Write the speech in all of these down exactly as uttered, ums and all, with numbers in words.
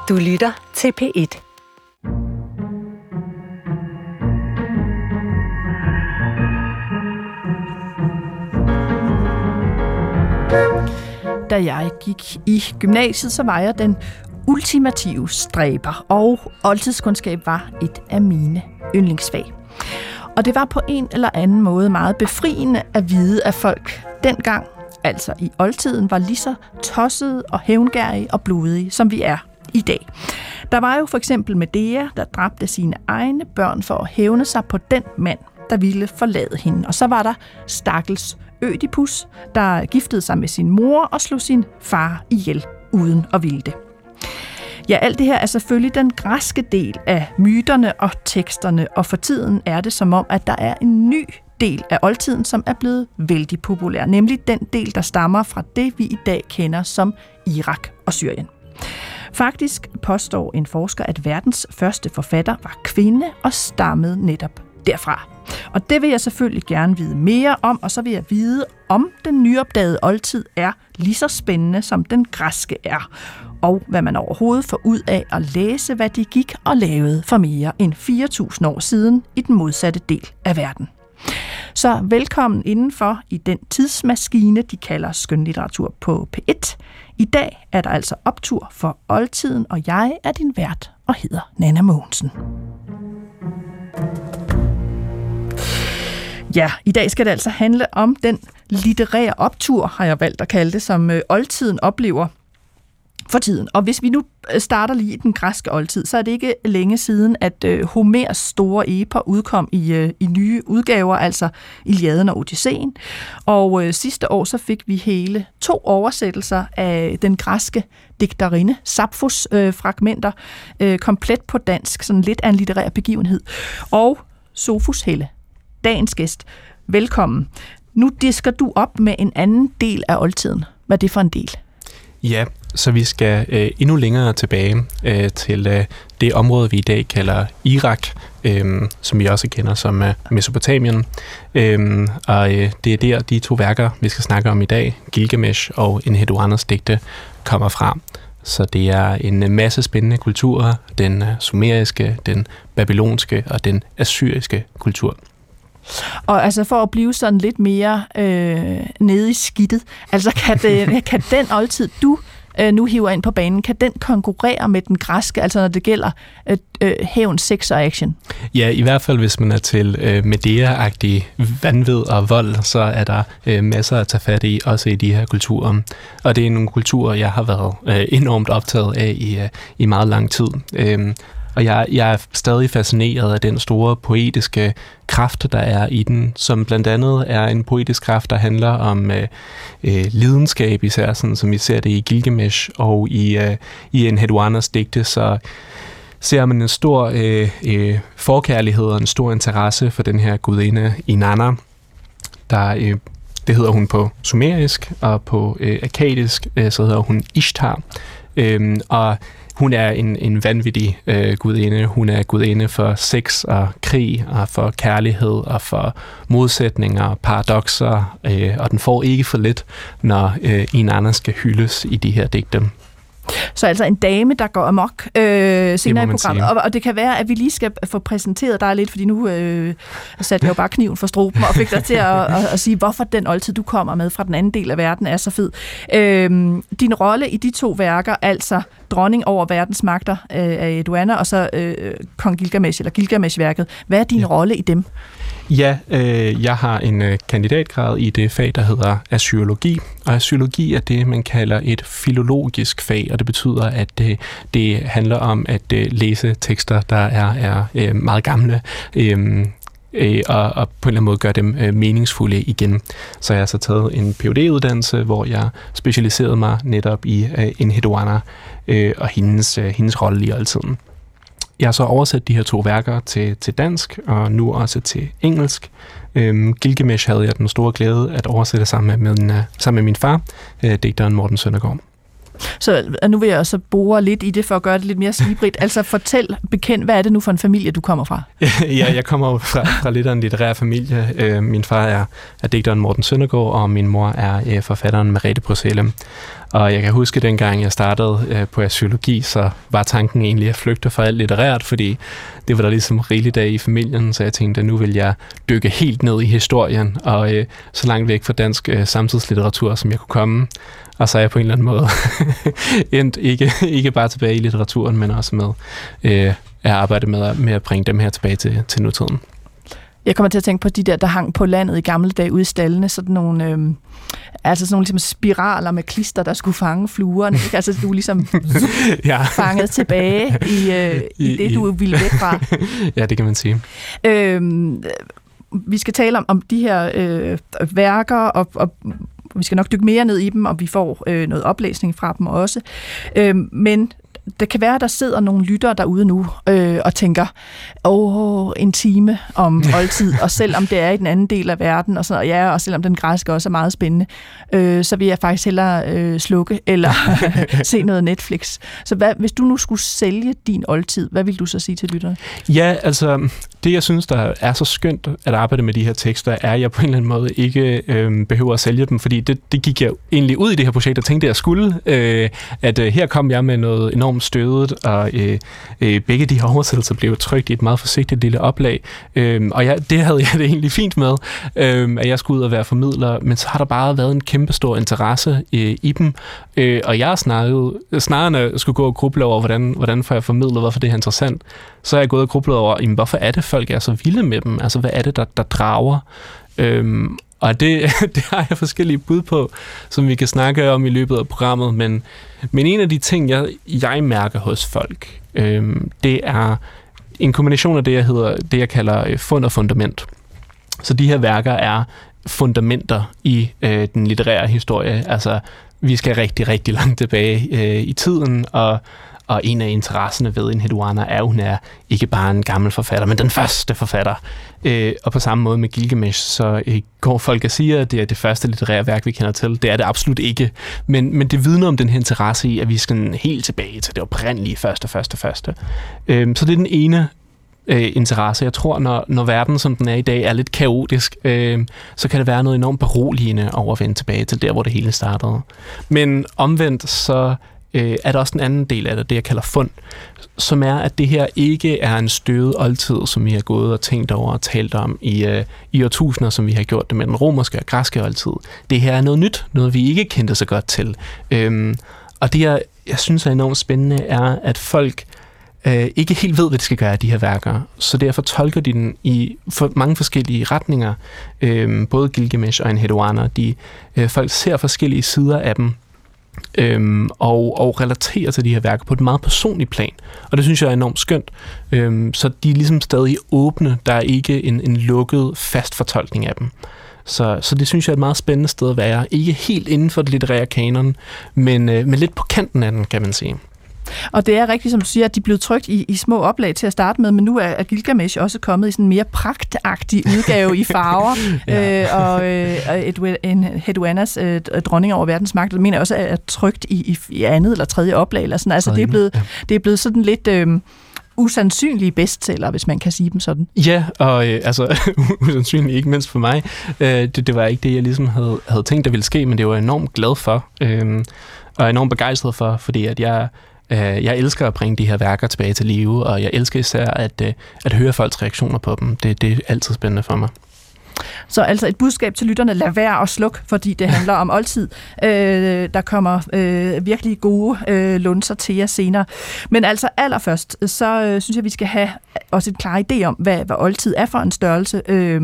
Du lytter til P et. Da jeg gik i gymnasiet, så var jeg den ultimative stræber, og oldtidskundskab var et af mine yndlingsfag. Og det var på en eller anden måde meget befriende at vide, at folk dengang, altså i oldtiden, var lige så tossede og hævngærige og blodige, som vi er i dag. Der var jo for eksempel Medea, der dræbte sine egne børn for at hævne sig på den mand, der ville forlade hende. Og så var der stakkels Ødipus, der giftede sig med sin mor og slog sin far ihjel uden at ville det. Ja, alt det her er selvfølgelig den græske del af myterne og teksterne, og for tiden er det som om, at der er en ny del af oldtiden, som er blevet vældig populær, nemlig den del, der stammer fra det, vi i dag kender som Irak og Syrien. Faktisk påstår en forsker, at verdens første forfatter var kvinde og stammede netop derfra. Og det vil jeg selvfølgelig gerne vide mere om, og så vil jeg vide, om den nyopdagede oldtid er lige så spændende, som den græske er, og hvad man overhovedet får ud af at læse, hvad de gik og lavede for mere end fire tusind år siden i den modsatte del af verden. Så velkommen indenfor i den tidsmaskine, de kalder skønlitteratur på P et. I dag er der altså optur for oldtiden, og jeg er din vært og hedder Nanna Mogensen. Ja, i dag skal det altså handle om den litterære optur, har jeg valgt at kalde det, som oldtiden oplever for tiden. Og hvis vi nu starter lige i den græske oldtid, så er det ikke længe siden, at Homers store eper udkom i, i nye udgaver, altså Iliaden og Odysseen. Og øh, sidste år så fik vi hele to oversættelser af den græske digterinde Sapfos øh, fragmenter, øh, komplet på dansk, sådan lidt af en litterær begivenhed. Og Sofus Helle, dagens gæst, velkommen. Nu disker du op med en anden del af oldtiden. Hvad er det for en del? Ja, så vi skal øh, endnu længere tilbage øh, til øh, det område, vi i dag kalder Irak, øh, som vi også kender som øh, Mesopotamien. Øh, og øh, det er der, de to værker, vi skal snakke om i dag, Gilgamesh og Enheduannas digte, kommer fra. Så det er en masse spændende kulturer, den sumeriske, den babylonske og den assyriske kultur. Og altså for at blive sådan lidt mere øh, nede i skidtet, altså kan, det, kan den oldtid, du øh, nu hiver ind på banen, kan den konkurrere med den græske, altså når det gælder øh, øh, hævn, sex og action? Ja, i hvert fald hvis man er til øh, Medea-agtig vanvid og vold, så er der øh, masser at tage fat i, også i de her kulturer. Og det er nogle kulturer, jeg har været øh, enormt optaget af i, øh, i meget lang tid. Øh, Og jeg, jeg er stadig fascineret af den store poetiske kraft, der er i den, som blandt andet er en poetisk kraft, der handler om øh, øh, lidenskab, især sådan, som vi ser det i Gilgamesh og i, øh, i Enheduannas digte, så ser man en stor øh, øh, forkærlighed og en stor interesse for den her gudinde Inanna, der øh, det hedder hun på sumerisk, og på øh, akkadisk, øh, så hedder hun Ishtar, øh, og hun er en, en vanvittig øh, gudinde. Hun er gudinde for sex og krig, og for kærlighed, og for modsætninger og paradokser, øh, og den får ikke for lidt, når øh, Inanna skal hyldes i de her digte. Så altså en dame, der går amok øh, senere i programmet. Og, og det kan være, at vi lige skal få præsenteret dig lidt, fordi nu øh, satte jeg jo bare kniven for struben og fik dig til at, at, at sige, hvorfor den oldtid, du kommer med fra den anden del af verden, er så fed. Øh, din rolle i de to værker, altså dronning over verdens magter øh, af Enheduanna, og så øh, kong Gilgamesh, eller Gilgamesh-værket. Hvad er din ja. rolle i dem? Ja, øh, jeg har en øh, kandidatgrad i det fag, der hedder assyriologi. Og assyriologi er det, man kalder et filologisk fag, og det betyder, at øh, det handler om at øh, læse tekster, der er, er øh, meget gamle, øh, øh, og, og på en eller anden måde gøre dem øh, meningsfulde igen. Så jeg har så taget en P H D-uddannelse, hvor jeg specialiserede mig netop i øh, Enheduanna øh, og hendes, øh, hendes rolle i oldtiden. Jeg har så oversat de her to værker til, til dansk, og nu også til engelsk. Øhm, Gilgamesh havde jeg den store glæde at oversætte sammen med min, uh, sammen med min far, uh, digteren Morten Søndergaard. Så nu vil jeg også bore lidt i det, for at gøre det lidt mere slibrigt. Altså fortæl bekendt, hvad er det nu for en familie, du kommer fra? Ja, jeg kommer jo fra, fra lidt af en litterær familie. Øh, min far er, er digteren Morten Søndergaard, og min mor er øh, forfatteren Merete Bruxelles. Og jeg kan huske, dengang jeg startede øh, på arkeologi, så var tanken egentlig at flygte fra alt litterært, fordi det var der ligesom rigeligt af i familien, så jeg tænkte, at nu vil jeg dykke helt ned i historien, og øh, så langt væk fra dansk øh, samtidslitteratur, som jeg kunne komme. Og så er jeg på en eller anden måde endt ikke, ikke bare tilbage i litteraturen, men også med øh, at arbejde med, med at bringe dem her tilbage til, til nutiden. Jeg kommer til at tænke på de der, der hang på landet i gamle dage ude i stallene, sådan nogle, øh, altså sådan nogle ligesom spiraler med klister, der skulle fange fluerne. Ikke? Altså du er ligesom ja. fanget tilbage i, øh, i, I det, du ville væk fra. Ja, det kan man sige. Øh, vi skal tale om, om de her øh, værker, og, og vi skal nok dykke mere ned i dem, og vi får øh, noget oplæsning fra dem også. Øh, men det kan være, at der sidder nogle lyttere derude nu øh, og tænker, åh, en time om oldtid, og selvom det er i den anden del af verden, og, så, ja, og selvom den græske også er meget spændende, øh, så vil jeg faktisk hellere øh, slukke eller se noget Netflix. Så hvad, hvis du nu skulle sælge din oldtid, hvad vil du så sige til lytterne? Ja, altså, det jeg synes, der er så skønt at arbejde med de her tekster, er, at jeg på en eller anden måde ikke øh, behøver at sælge dem, fordi det, det gik jeg egentlig ud i det her projekt og tænkte, at jeg skulle, øh, at øh, her kom jeg med noget enormt stødet, og øh, øh, begge de her oversættelser blev trykt i et meget forsigtigt lille oplag, øh, og jeg, det havde jeg det egentlig fint med, øh, at jeg skulle ud og være formidler, men så har der bare været en kæmpe stor interesse øh, i dem, øh, og jeg snakkede, snarere end at skulle gå og gruble over, hvordan, hvordan får jeg formidlet, hvorfor det er interessant, så er jeg gået og grublet over, jamen, hvorfor er det, folk er så vilde med dem? Altså, hvad er det, der, der drager? Øh, Og det, det har jeg forskellige bud på, som vi kan snakke om i løbet af programmet. Men, men en af de ting, jeg, jeg mærker hos folk, øhm, det er en kombination af det, jeg, hedder, det, jeg kalder fund og fundament. Så de her værker er fundamenter i øh, den litterære historie. Altså, vi skal rigtig, rigtig langt tilbage øh, i tiden, og Og en af interesserne ved Enheduanna er, at hun er ikke bare en gammel forfatter, men den første forfatter. Øh, og på samme måde med Gilgamesh, så øh, går folk og siger, at det er det første litterære værk, vi kender til. Det er det absolut ikke. Men, men det vidner om den her interesse i, at vi skal helt tilbage til det oprindelige første, første, første. Øh, så det er den ene øh, interesse. Jeg tror, når, når verden, som den er i dag, er lidt kaotisk, øh, så kan det være noget enormt beroligende over at vende tilbage til der, hvor det hele startede. Men omvendt, så øh, er der også en anden del af det, det jeg kalder fund, som er, at det her ikke er en støvet oldtid, som vi har gået og tænkt over og talt om i, øh, i årtusinder, som vi har gjort det med den romerske og græske oldtid. Det her er noget nyt, noget vi ikke kendte så godt til. Øhm, og det, jeg, jeg synes er enormt spændende, er, at folk øh, ikke helt ved, hvad de skal gøre af de her værker, så derfor tolker de den i for mange forskellige retninger. Øhm, både Gilgamesh og Enheduanna, de øh, folk ser forskellige sider af dem, Øhm, og, og relaterer til de her værker på et meget personligt plan. Og det synes jeg er enormt skønt. Øhm, så de er ligesom stadig åbne. Der er ikke en, en lukket, fast fortolkning af dem. Så, så det synes jeg er et meget spændende sted at være. Ikke helt inden for det litterære kanon, men, øh, men lidt på kanten af den, kan man sige. Og det er rigtigt, som du siger, at de er blevet trykt i, i små oplag til at starte med, men nu er, er Gilgamesh også kommet i sådan en mere pragtagtig udgave i farver, ja. øh, og øh, Enheduannas øh, dronning over verdens magt, det mener jeg også er trykt i, i, i andet eller tredje oplag, eller sådan. Altså det er blevet, ja. det er blevet sådan lidt øh, usandsynlige bestseller, hvis man kan sige dem sådan. Ja, og øh, altså usandsynligt ikke mindst for mig. Øh, det, det var ikke det, jeg ligesom havde, havde tænkt, der ville ske, men det var jeg enormt glad for, øh, og enormt begejstret for, fordi at jeg Jeg elsker at bringe de her værker tilbage til live, og jeg elsker især at, at høre folks reaktioner på dem. Det, det er altid spændende for mig. Så altså et budskab til lytterne, lad være at slukke, fordi det handler om oldtid. Øh, der kommer øh, virkelig gode øh, lunser til jer senere. Men altså allerførst, så øh, synes jeg, vi skal have også et klar idé om, hvad, hvad oldtid er for en størrelse. Øh,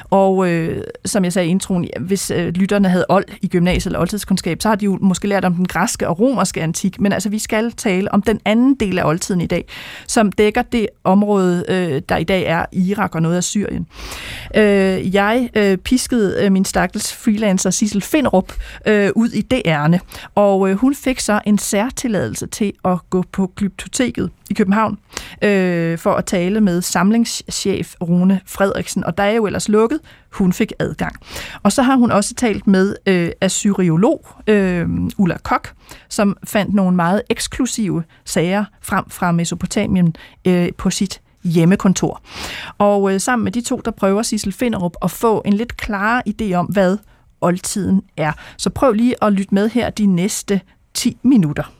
og øh, som jeg sagde i introen, hvis øh, lytterne havde old i gymnasiet eller oldtidskundskab, så har de jo måske lært om den græske og romerske antik, men altså vi skal tale om den anden del af oldtiden i dag, som dækker det område, øh, der i dag er Irak og noget af Syrien. Øh, jeg øh, piskede øh, min stakkels freelancer Sissel Finderup øh, ud i D R'ne, og øh, hun fik så en særtilladelse til at gå på Glyptoteket i København øh, for at tale med samlingschef Rune Frederiksen, og der er jo ellers lukket. Hun fik adgang. Og så har hun også talt med øh, assyriolog øh, Ulla Koch, som fandt nogle meget eksklusive sager frem fra Mesopotamien øh, på sit hjemmekontor. Og øh, sammen med de to, der prøver Sissel Finderup at få en lidt klarere idé om, hvad oldtiden er. Så prøv lige at lytte med her de næste ti minutter.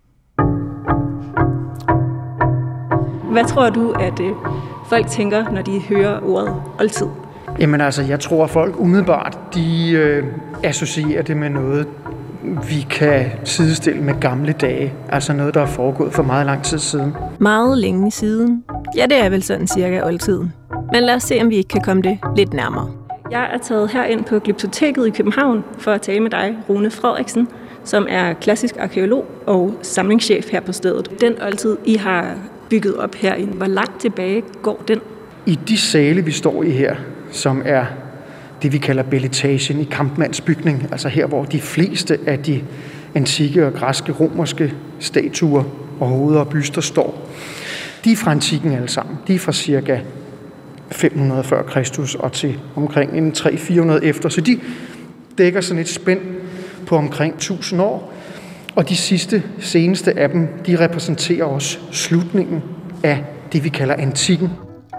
Hvad tror du, at øh, folk tænker, når de hører ordet oldtid? Jamen altså, jeg tror, at folk umiddelbart, de øh, associerer det med noget, vi kan sidestille med gamle dage. Altså noget, der er foregået for meget lang tid siden. Meget længe siden. Ja, det er vel sådan cirka oldtiden. Men lad os se, om vi ikke kan komme det lidt nærmere. Jeg er taget herind på Glyptoteket i København for at tale med dig, Rune Frederiksen, som er klassisk arkeolog og samlingschef her på stedet. Den oldtid, I har bygget op herinde, hvor langt tilbage går den? I de sale, vi står i her, som er det, vi kalder belletagen i kampmandsbygning, altså her, hvor de fleste af de antikke og græske, romerske statuer og hoveder og byster står, de er fra antikken alle sammen. De er fra cirka fem hundrede før Kristus og til omkring en tre til fire hundrede efter, så de dækker sådan et spænd på omkring tusind år, og de sidste, seneste af dem, de repræsenterer også slutningen af det, vi kalder antikken.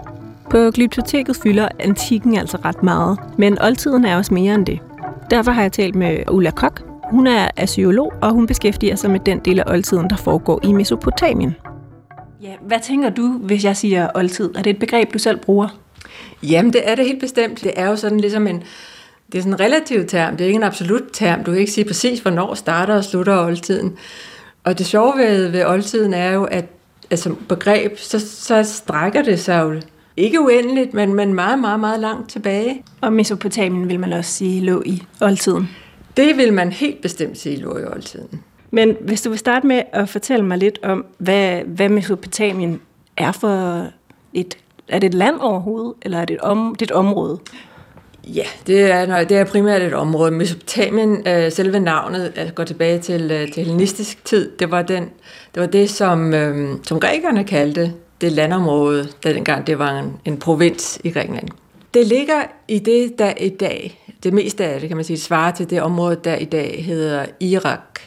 På Glyptoteket fylder antikken altså ret meget, men oldtiden er også mere end det. Derfor har jeg talt med Ulla Koch. Hun er assyriolog, og hun beskæftiger sig med den del af oldtiden, der foregår i Mesopotamien. Ja, hvad tænker du, hvis jeg siger oldtid? Er det et begreb, du selv bruger? Jamen, det er det helt bestemt. Det er jo sådan ligesom en, det er sådan en relativ term. Det er ikke en absolut term. Du kan ikke sige præcis, hvornår starter og slutter oldtiden. Og det sjove ved, ved oldtiden er jo, at, at som begreb, så, så strækker det sig jo ikke uendeligt, men, men meget, meget, meget langt tilbage. Og Mesopotamien vil man også sige lå i oldtiden? Det vil man helt bestemt sige lå i oldtiden. Men hvis du vil starte med at fortælle mig lidt om, hvad, hvad Mesopotamien er for et... Er det et land overhovedet, eller er det et, om, det er et område? Ja, det er, det er primært et område. Mesopotamien, øh, selve navnet, øh, går tilbage til, øh, til hellenistisk tid. Det var, den, det, var det, som, øh, som grækerne kaldte det landområde, da dengang det var en, en provins i Grækenland. Det ligger i det, der i dag, det meste af det, kan man sige, svarer til det område, der i dag hedder Irak.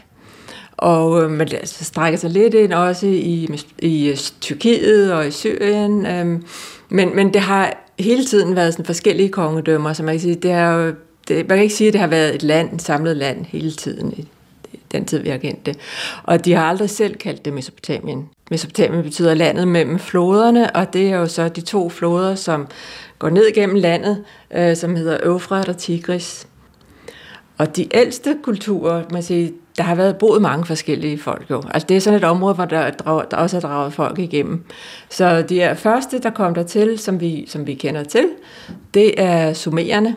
Og øh, man strækker sig lidt ind også i, i Tyrkiet og i Syrien. Øh, men, men det har hele tiden været sådan forskellige kongedømmer, så man kan sige, det er jo, det, man kan ikke sige, at det har været et land, et samlet land hele tiden, i den tid, vi har kendt det. Og de har aldrig selv kaldt det Mesopotamien. Mesopotamien betyder landet mellem floderne, og det er jo så de to floder, som går ned gennem landet, øh, som hedder Eufrat og Tigris. Og de ældste kulturer, man siger, der har været boet mange forskellige folk jo. Altså det er sådan et område, hvor der, der også er draget folk igennem. Så de første, der kom der til, som vi, som vi kender til, det er sumererne.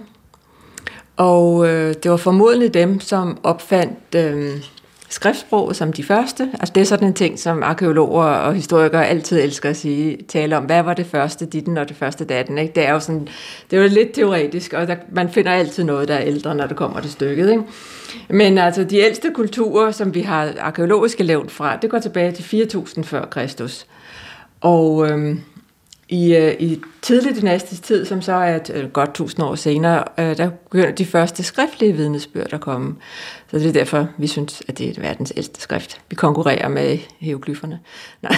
Og øh, det var formodentlig dem, som opfandt øh, skriftsproget som de første. Altså det er sådan en ting, som arkeologer og historikere altid elsker at sige, tale om. Hvad var det første ditten og det første datten? Ikke? Det er jo sådan, det er jo lidt teoretisk, og der, man finder altid noget, der er ældre, når det kommer til stykket. Ikke? Men altså de ældste kulturer, som vi har arkeologiske levn fra, det går tilbage til fire tusind før Kristus. Og øh, i, øh, i tidlig dynastisk tid, som så er et øh, godt tusind år senere, øh, der begynder de første skriftlige vidnesbyrd at komme. Så det er derfor, vi synes, at det er verdens ældste skrift. Vi konkurrerer med hieroglyferne. Nej.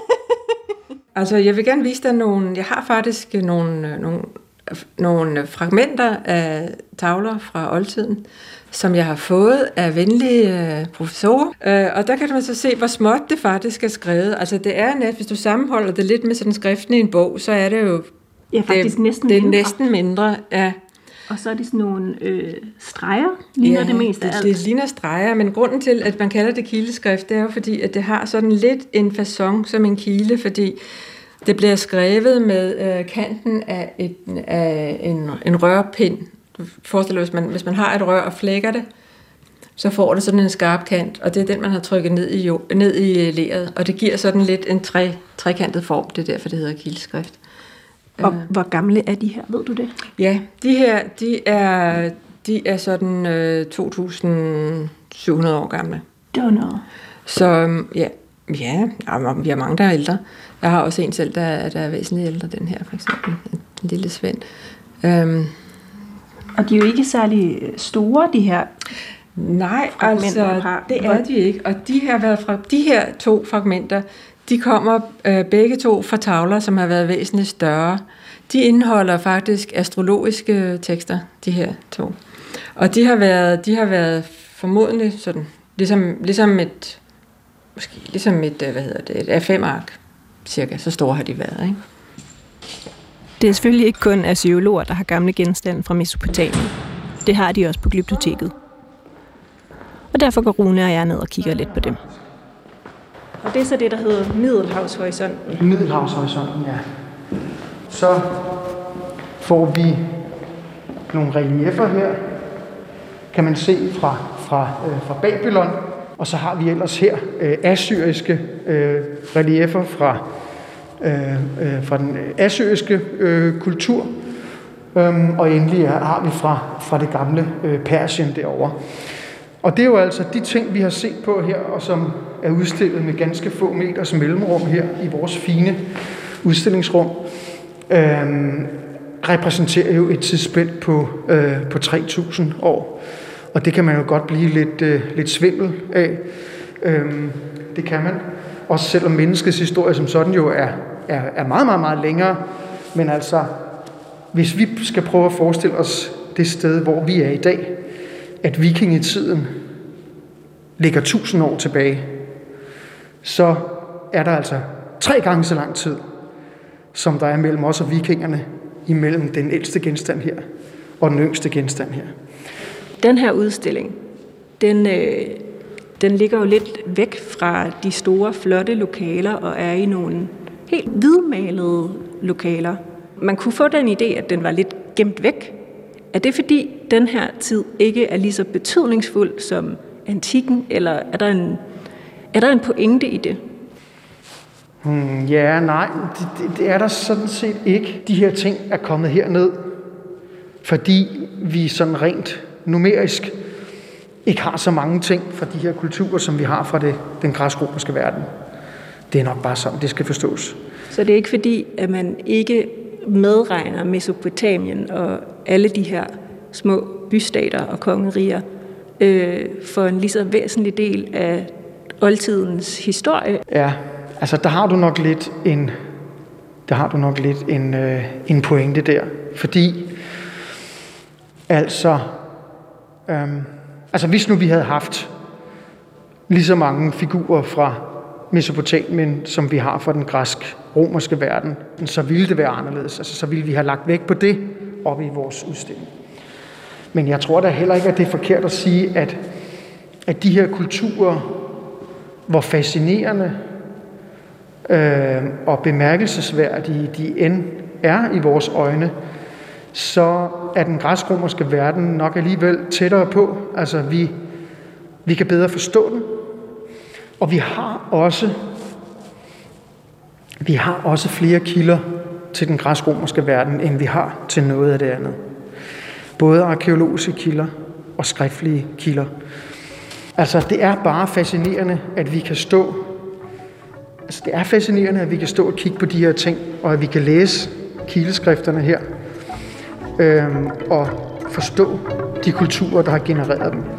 Altså, jeg vil gerne vise dig nogle... Jeg har faktisk nogle, nogle, nogle fragmenter af tavler fra oldtiden, som jeg har fået af venlige øh, professorer. Øh, og der kan man så se, hvor småt det faktisk er skrevet. Altså det er net, hvis du sammenholder det lidt med sådan skriften i en bog, så er det jo... Ja, faktisk det, næsten det er mindre. næsten mindre, ja. Og så er det sådan nogle øh, streger, ligner ja, det mest af det, alt. det ligner streger, men grunden til, at man kalder det kileskrift, det er jo fordi, at det har sådan lidt en facon som en kile, fordi det bliver skrevet med øh, kanten af, et, af en, en rørpind. Forestil dig, hvis man, hvis man har et rør og flækker det, så får det sådan en skarp kant, og det er den, man har trykket ned i, ned i leret, og det giver sådan lidt en tre, trekantet form, det er derfor, det hedder kileskrift. Og hvor gamle er de her, ved du det? Ja, de her, de er, de er sådan øh, to tusind syv hundrede år gamle. Det var noget. Så ja, ja, vi har mange, der er ældre. Jeg har også en selv, der er, der er væsentligt ældre, den her for eksempel, en lille Svend. Um, og de er jo ikke særlig store, de her. Nej, altså, det er de ikke. Og de her, været fra, de her to fragmenter, de kommer øh, begge to fra tavler, som har været væsentligt større. De indeholder faktisk astrologiske tekster, de her to. Og de har været, de har været formodentlig sådan, ligesom, ligesom et, måske ligesom et, hvad hedder det, et A fem ark, cirka, så store har de været, ikke? Det er selvfølgelig ikke kun arkeologer, der har gamle genstande fra Mesopotamien. Det har de også på Glyptoteket. Og derfor går Rune og jeg ned og kigger lidt på dem. Og det er så det, der hedder Middelhavshorisonten. Middelhavshorisonten, ja. Så får vi nogle relieffer her, kan man se fra, fra, øh, fra Babylon. Og så har vi ellers her øh, assyriske øh, relieffer fra, øh, øh, fra den assyriske øh, kultur. Øhm, og endelig er, har vi fra, fra det gamle øh, Persien derovre. Og det er jo altså de ting, vi har set på her, og som er udstillet med ganske få meters mellemrum her i vores fine udstillingsrum, øhm, repræsenterer jo et tidsspænd på, øh, på tre tusind år. Og det kan man jo godt blive lidt, øh, lidt svimmel af. Øhm, det kan man. Også selvom menneskets historie som sådan jo er, er, er meget, meget, meget længere. Men altså, hvis vi skal prøve at forestille os det sted, hvor vi er i dag, at vikingetiden ligger tusind år tilbage, så er der altså tre gange så lang tid, som der er mellem os og vikingerne, imellem den ældste genstand her og den yngste genstand her. Den her udstilling, den, øh, den ligger jo lidt væk fra de store, flotte lokaler og er i nogle helt hvidmalede lokaler. Man kunne få den idé, at den var lidt gemt væk. Er det fordi, den her tid ikke er lige så betydningsfuld som antikken, eller er der en, er der en pointe i det? Hmm, ja, nej, det, det, det er der sådan set ikke. De her ting er kommet herned, fordi vi sådan rent numerisk ikke har så mange ting fra de her kulturer, som vi har fra det, den græsk-romerske verden. Det er nok bare sådan, det skal forstås. Så det er ikke fordi, at man ikke medregner Mesopotamien og alle de her små bystater og kongeriger øh, for en lige så væsentlig del af oldtidens historie? Ja, altså der har du nok lidt en, der har du nok lidt en, øh, en pointe der, fordi altså, øhm, altså hvis nu vi havde haft lige så mange figurer fra Mesopotamien, som vi har fra den græsk-romerske verden, så ville det være anderledes. Altså, så ville vi have lagt vægt på det oppe i vores udstilling. Men jeg tror da heller ikke, at det er forkert at sige, at, at de her kulturer, hvor fascinerende øh, og bemærkelsesværdige de end er i vores øjne, så er den græsk-romerske verden nok alligevel tættere på. Altså, vi, vi kan bedre forstå den. Og vi har også vi har også flere kilder til den græsk-romerske verden, end vi har til noget af det andet. Både arkæologiske kilder og skriftlige kilder. Altså, det er bare fascinerende, at vi kan stå altså, det er fascinerende, at vi kan stå og kigge på de her ting, og at vi kan læse kildeskrifterne her, øhm, og forstå de kulturer, der har genereret dem.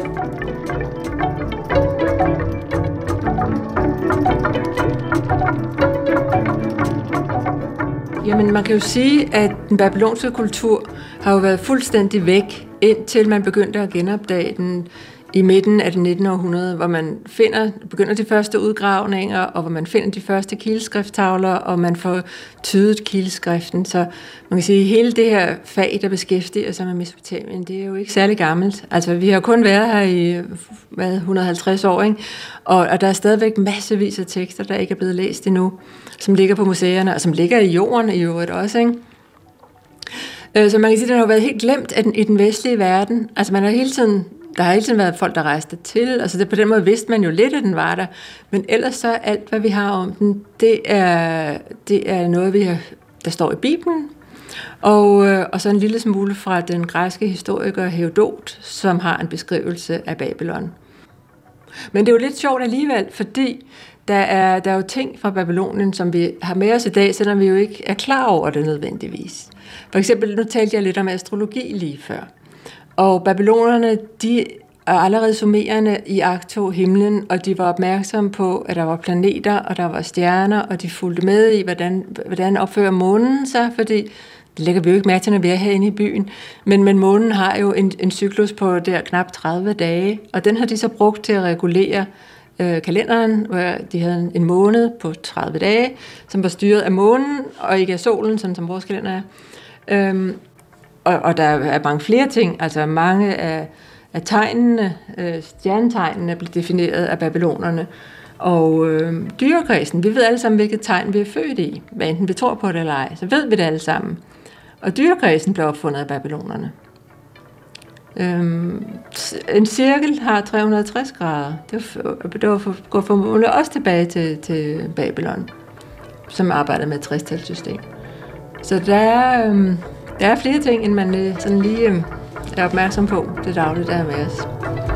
Jamen, man kan jo sige, at den babylonske kultur har jo været fuldstændig væk, indtil man begyndte at genopdage den i midten af det nittende århundrede, hvor man finder, begynder de første udgravninger, og hvor man finder de første kildeskrifttavler, og man får tydet kildeskriften. Så man kan sige, at hele det her fag, der beskæftiger sig med Mesopotamien, det er jo ikke særlig gammelt. Altså, vi har kun været her i hvad, et hundrede og halvtreds år, ikke? Og, og der er stadigvæk massevis af tekster, der ikke er blevet læst endnu, som ligger på museerne, og som ligger i jorden i øvrigt også, ikke? Så man kan sige, at den har været helt glemt af den, i den vestlige verden. Altså, man har hele tiden Der har hele tiden været folk, der rejste til, altså det, på den måde vidste man jo lidt, at den var der, men ellers så alt, hvad vi har om den, det er, det er noget, vi har der står i Bibelen, og, øh, og så en lille smule fra den græske historiker Herodot, som har en beskrivelse af Babylon. Men det er jo lidt sjovt alligevel, fordi der er, der er jo ting fra Babylonien, som vi har med os i dag, selvom vi jo ikke er klar over det nødvendigvis. For eksempel, nu talte jeg lidt om astrologi lige før. Og babylonerne, de er allerede summerende i akt to himlen, og de var opmærksomme på, at der var planeter, og der var stjerner, og de fulgte med i, hvordan, hvordan opfører månen sig, fordi det lægger vi jo ikke mærke til, når vi er herinde i byen. Men, men månen har jo en, en cyklus på der knap tredive dage, og den har de så brugt til at regulere øh, kalenderen, hvor de havde en måned på tredive dage, som var styret af månen, og ikke af solen, sådan som vores kalender er. Øhm, og, og der er mange flere ting, altså mange af, af tegnene, øh, stjernetegnene blev defineret af babylonerne, og øh, dyrekredsen, vi ved alle sammen, hvilket tegn vi er født i, hvad enten vi tror på det eller ej, så ved vi det alle sammen. Og dyrekredsen blev opfundet af babylonerne. Øhm, en cirkel har tre hundrede og tres grader. Det, var, det var for, går formodentlig også tilbage til, til Babylon, som arbejdede med et tres-talssystem. Så der er, øhm, der er flere ting, end man øh, sådan lige øh, er opmærksom på det daglige, der er med os.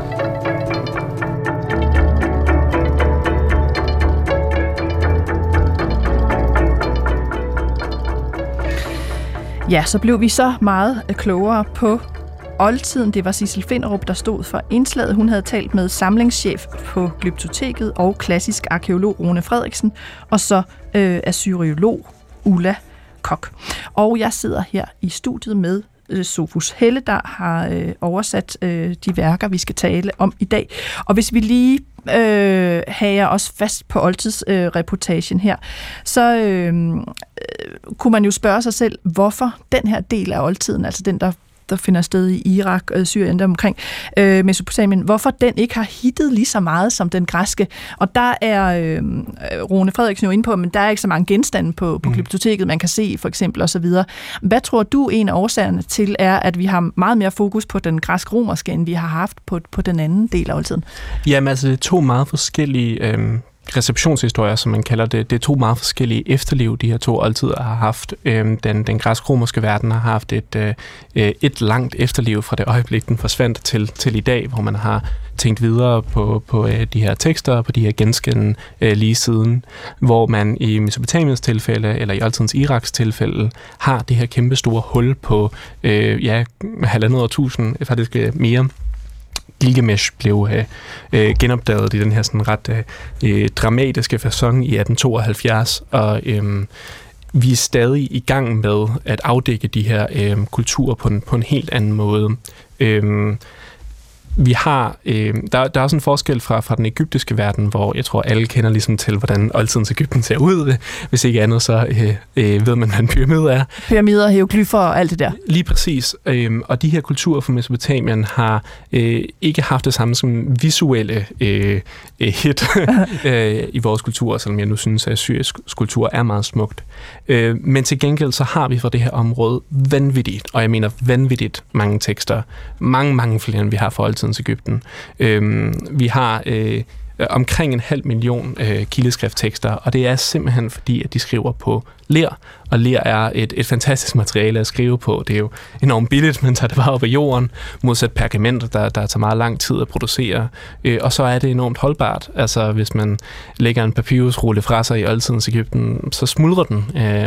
Ja, så blev vi så meget klogere på oldtiden. Det var Sissel Finderup, der stod for indslaget. Hun havde talt med samlingschef på Glyptoteket og klassisk arkeolog Rune Frederiksen, og så øh, assyriolog Ulla Koch. Og jeg sidder her i studiet med øh, Sofus Helle, der har øh, oversat øh, de værker, vi skal tale om i dag. Og hvis vi lige øh, hager os fast på oldtidsreportagen øh, her, så øh, øh, kunne man jo spørge sig selv, hvorfor den her del af oldtiden, altså den, der der finder sted i Irak og Syrien der omkring øh, Mesopotamien, hvorfor den ikke har hittet lige så meget som den græske. Og der er øh, Rune Frederiksen jo inde på, men der er ikke så mange genstande på, på Glyptoteket, man kan se for eksempel og så videre. Hvad tror du en af årsagerne til er, at vi har meget mere fokus på den græsk-romerske, end vi har haft på, på den anden del af oldtiden? Jamen altså, det er to meget forskellige øh, receptionshistorier, som man kalder det. Det er to meget forskellige efterliv, de her to oldtider har haft. Øh, den, den græsk-romerske verden har haft et, øh, et langt efterliv fra det øjeblik, den forsvandt til, til i dag, hvor man har tænkt videre på, på øh, de her tekster, på de her genskande øh, lige siden, hvor man i Mesopotamiens tilfælde, eller i oldtidens Iraks tilfælde, har det her kæmpe store hul på øh, ja, halvandet år tusind, faktisk mere. Gilgamesh blev øh, øh, genopdaget i den her sådan ret øh, dramatiske facon i atten tooghalvfjerds, og øh, vi er stadig i gang med at afdække de her øh, kulturer på en, på en helt anden måde. Øh, Vi har, øh, der, der er også en forskel fra, fra den egyptiske verden, hvor jeg tror, alle kender ligesom til, hvordan oldtidens Egypten ser ud. Hvis ikke andet, så øh, øh, ved man, hvad en pyramide er. Pyramider, hieroglyffer og alt det der. Lige præcis. Øh, og de her kulturer fra Mesopotamien har øh, ikke haft det samme som visuelle øh, hit øh, i vores kultur, selvom jeg nu synes, at syrisk kultur er meget smukt. Øh, men til gengæld så har vi fra det her område vanvittigt, og jeg mener vanvittigt mange tekster. Mange, mange flere, end vi har for oldtidens Egypten. Øhm, vi har øh, omkring en halv million øh, kildeskrifttekster, og det er simpelthen fordi, at de skriver på ler, og ler er et, et fantastisk materiale at skrive på. Det er jo enormt billigt, men tager det bare op af jorden, modsat pergament, der, der tager meget lang tid at producere. Øh, og så er det enormt holdbart. Altså, hvis man lægger en papyrusrulle fra sig i oldtidens Egypten, så smuldrer den. Øh,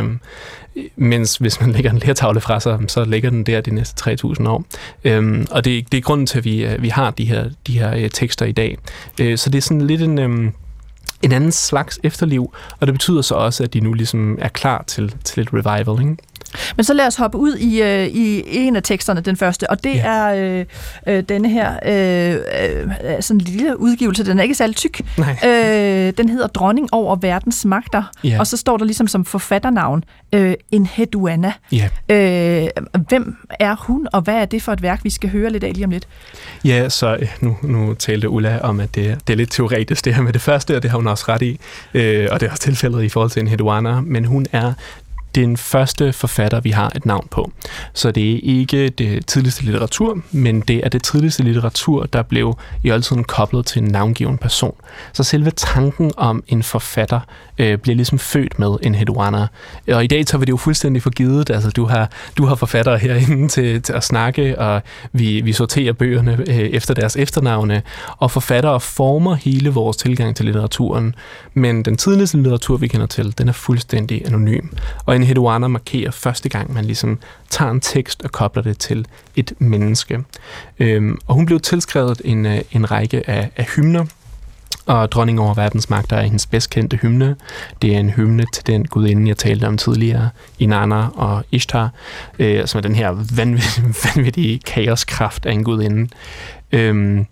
mens hvis man lægger en lertavle fra sig, så ligger den der de næste tre tusind år. Øhm, og det, det er grunden til, at vi, vi har de her, de her øh, tekster i dag. Øh, så det er sådan lidt en, øhm, en anden slags efterliv, og det betyder så også, at de nu ligesom er klar til, til et revival, ikke? Men så lad os hoppe ud i, øh, i en af teksterne, den første, og det ja. er øh, øh, denne her øh, øh, sådan en lille udgivelse, den er ikke særlig tyk. Øh, den hedder Dronning over verdens magter, ja. Og så står der ligesom som forfatternavn øh, Enheduanna. Ja. Øh, hvem er hun, og hvad er det for et værk, vi skal høre lidt af lige om lidt? Ja, så nu, nu talte Ulla om, at det, det er lidt teoretisk det her med det første, og det har hun også ret i, øh, og det er også tilfældet i forhold til Enheduanna, men hun er den første forfatter, vi har et navn på. Så det er ikke det tidligste litteratur, men det er det tidligste litteratur, der blev i oldtiden koblet til en navngiven person. Så selve tanken om en forfatter øh, bliver ligesom født med Enheduanna. Og i dag tager vi det jo fuldstændig for givet. Altså, du har, du har forfattere herinde til, til at snakke, og vi, vi sorterer bøgerne øh, efter deres efternavne, og forfattere former hele vores tilgang til litteraturen. Men den tidligste litteratur, vi kender til, den er fuldstændig anonym. Og Enheduanna markerer første gang, man ligesom tager en tekst og kobler det til et menneske. Øhm, og hun blev tilskrevet en, en række af, af hymner, og Dronning over verdens magter er hendes bedst kendte hymne. Det er en hymne til den gudinde, jeg talte om tidligere, Inanna og Ishtar, øh, som er den her vanvittige, vanvittige kaoskraft af en gudinde. Øhm,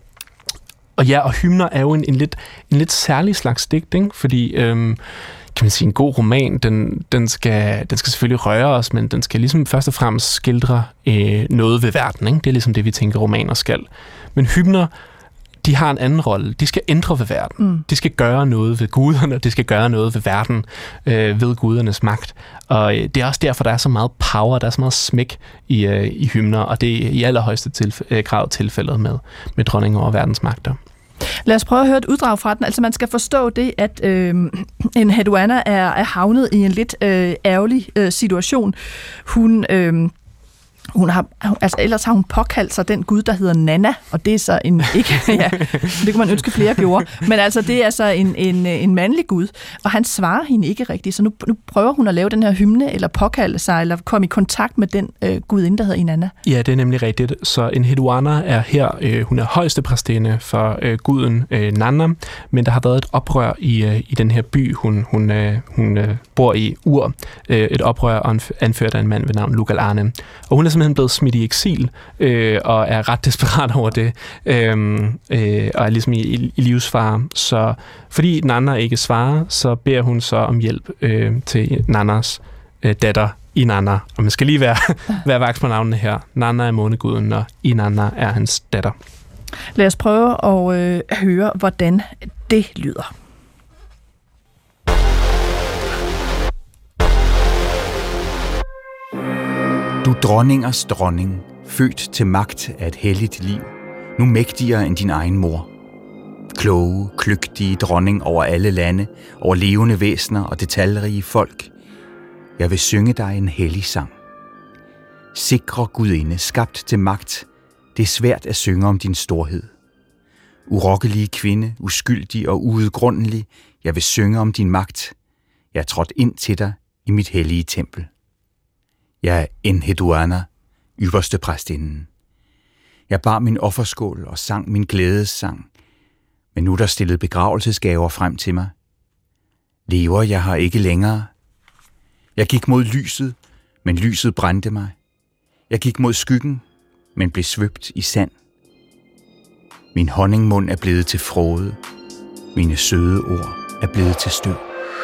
og ja, og hymner er jo en, en, lidt, en lidt særlig slags digt, ikke? Fordi øhm, kan man sige, en god roman, den, den, skal, den skal selvfølgelig røre os, men den skal ligesom først og fremmest skildre øh, noget ved verden, ikke? Det er ligesom det, vi tænker, romaner skal. Men hymner, de har en anden rolle. De skal ændre ved verden. Mm. De skal gøre noget ved guderne, de skal gøre noget ved verden, øh, ved gudernes magt. Og øh, det er også derfor, der er så meget power, der er så meget smæk i, øh, i hymner, og det er i allerhøjeste tilf- øh, grad tilfældet med, med Dronning over verdens magter. Lad os prøve at høre et uddrag fra den. Altså man skal forstå det, at øh, Enheduanna er, er havnet i en lidt øh, ærgerlig øh, situation. Hun... Øh, Hun har, altså ellers har hun påkaldt sig den gud, der hedder Nanna, og det er så en, ikke, ja, det kunne man ønske flere gjorde, men altså det er så en, en, en mandlig gud, og han svarer hende ikke rigtigt, så nu, nu prøver hun at lave den her hymne, eller påkalde sig, eller komme i kontakt med den øh, gudinde, der hedder Inanna. Ja, det er nemlig rigtigt, så Enheduanna er her, øh, hun er højeste præstinde for øh, guden øh, Nanna, men der har været et oprør i, øh, i den her by, hun, hun, øh, hun øh, bor i, Ur, øh, et oprør anført af en mand ved navn Lugalane, og hun er simpelthen blevet smidt i eksil, øh, og er ret desperat over det, øh, øh, og er ligesom i, i, i livsfare. Så fordi Nanna ikke svarer, så beder hun så om hjælp øh, til Nannas øh, datter Inanna. Og man skal lige være, være vaks på navnene her. Nanna er måneguden, og Inanna er hans datter. Lad os prøve at øh, høre, hvordan det lyder. Du dronningers dronning, født til magt af et helligt liv, nu mægtigere end din egen mor. Kloge, kløgtige dronning over alle lande, over levende væsener og detaljerige folk. Jeg vil synge dig en hellig sang. Sikre gudinde, skabt til magt, det er svært at synge om din storhed. Urokkelige kvinde, uskyldig og uudgrundelig, jeg vil synge om din magt. Jeg er trådt ind til dig i mit hellige tempel. Jeg er Enheduanna, ypperste præstinden. Jeg bar min offerskål og sang min glædessang, men nu er der stillet begravelsesgaver frem til mig. Lever jeg her ikke længere? Jeg gik mod lyset, men lyset brændte mig. Jeg gik mod skyggen, men blev svøbt i sand. Min honningmund er blevet til frode. Mine søde ord er blevet til støv.